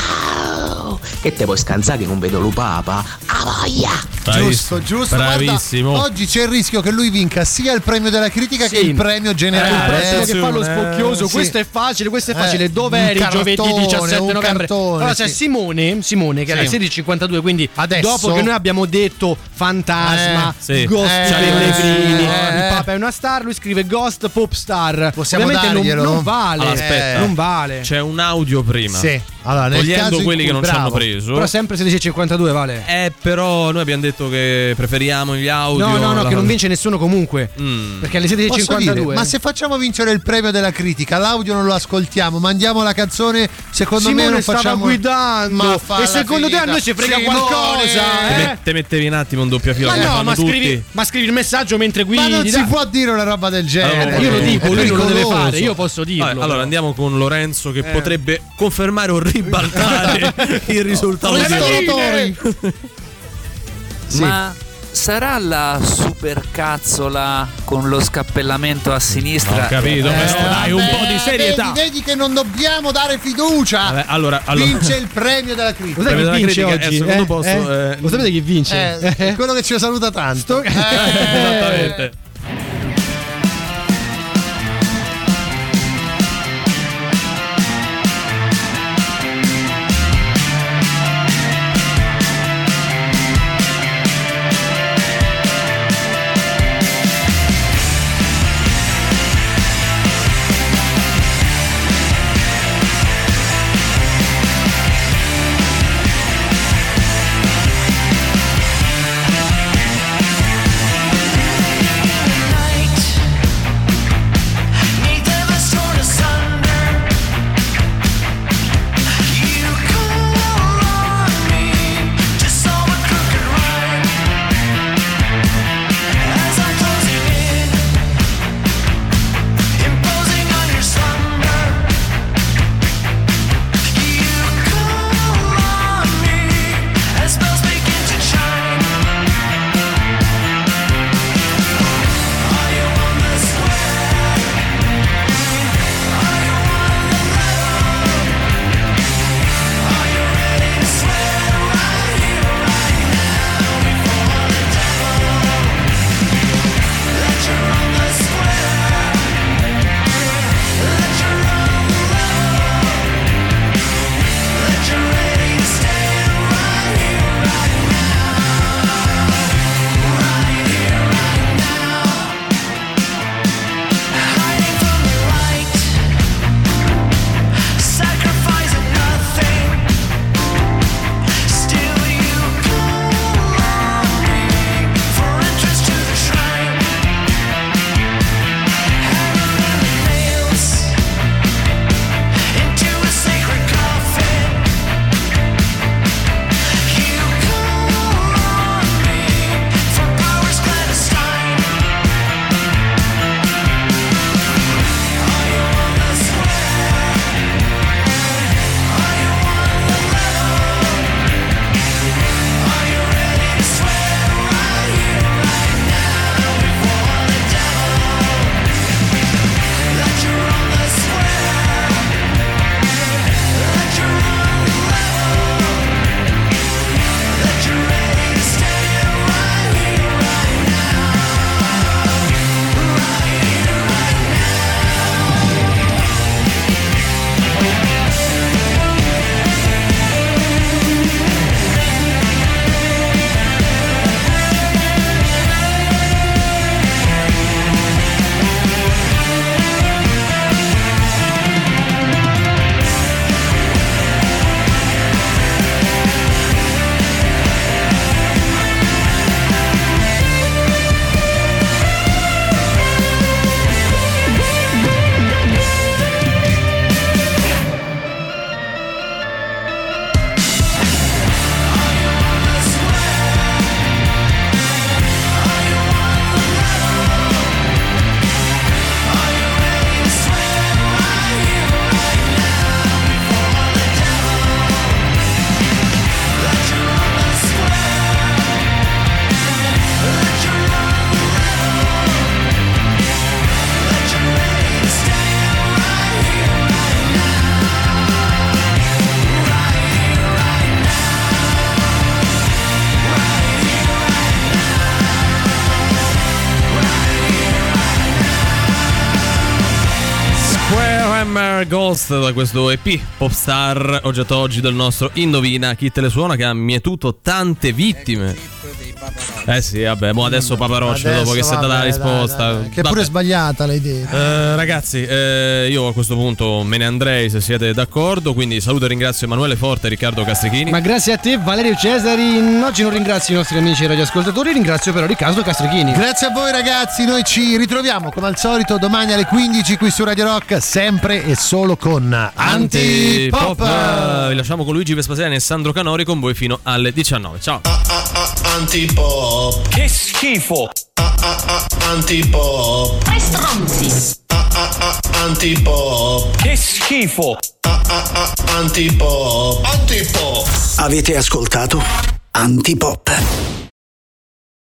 Ah, che te puoi scansare che non vedo Lupapa? Ah, voglia! Giusto, giusto. Bravissimo. Guarda, oggi c'è il rischio che lui vinca sia il premio della critica Sì. che il premio il generale. prossimo eh. che fa lo spocchioso, Sì. questo è facile, questo è facile. Eh, Dove un eri giovedì cartone, diciassette un novembre? cartone, Allora c'è sì. Simone, Simone che era Sì. alle sedici e cinquantadue, quindi Adesso? dopo che noi abbiamo detto fantasma, Eh, sì. Ghost Eh, Pellegrini, eh. il Papa è una star, lui scrive Ghost Pop Star. Possiamo Ovviamente non, darglielo? non vale, Allora, aspetta. non vale. C'è un audio prima. Sì. Allora, nel Togliendo caso in quelli cui- che non ci bravo. hanno preso. Però sempre sedici e cinquantadue vale. Eh, però noi abbiamo detto che preferiamo gli audio. No, no, no, la- che non vince nessuno comunque. Mm. Perché alle sedici e Posso cinquantadue. dire, ma se facciamo vincere il premio della critica, l'audio non lo ascoltiamo, mandiamo la canzone, secondo Simone me non stava facciamo guidando. Ma E falla secondo te a finita. noi ci frega Simone! qualcosa, Te, eh? me- te mettevi un attimo un doppia fila Ma come no, fanno ma tutti. scrivi, ma scrivi il messaggio mentre guidi. Ma non si dai. può dire una roba del genere. Allora, Io lo dico, È lui non lo deve pericoloso. fare, io posso dirlo. Vabbè, allora però. andiamo con Lorenzo che Eh. potrebbe confermare o ribaltare il risultato di Restauratori. Ma sarà la supercazzola con lo scappellamento a sinistra? Ho capito, però dai, un po' di serietà. Vedi, vedi che non dobbiamo dare fiducia. Vabbè, allora, allora. Vince il premio della critica. Lo sai Premio chi della vince critica è oggi? al secondo eh? posto, Eh? eh. Lo sapete chi vince? Eh, quello che ci saluta tanto. Eh. Esattamente. Star Ghost da questo E P Popstar, oggetto oggi del nostro Indovina chi te le suona, che ha mietuto tante vittime. Eh sì, vabbè, mo adesso Paparoccio, Adesso, dopo che si è data la vabbè, risposta. dai, dai, che Vabbè. pure sbagliata l'hai detto. Eh, ragazzi, eh, io a questo punto me ne andrei se siete d'accordo, quindi saluto e ringrazio Emanuele Forte e Riccardo Castrichini. Ma grazie a te Valerio Cesari. Oggi non ringrazio i nostri amici radioascoltatori, ringrazio però Riccardo Castrichini. Grazie a voi ragazzi, noi ci ritroviamo come al solito domani alle quindici qui su Radio Rock, sempre e solo con Antipop. Antipop. Vi lasciamo con Luigi Vespasiani e Sandro Canori con voi fino alle diciannove. Ciao. Antipop. Che schifo. Antipop. Tre stronzi. Antipop. Che schifo. Antipop. Antipop. Avete ascoltato Antipop.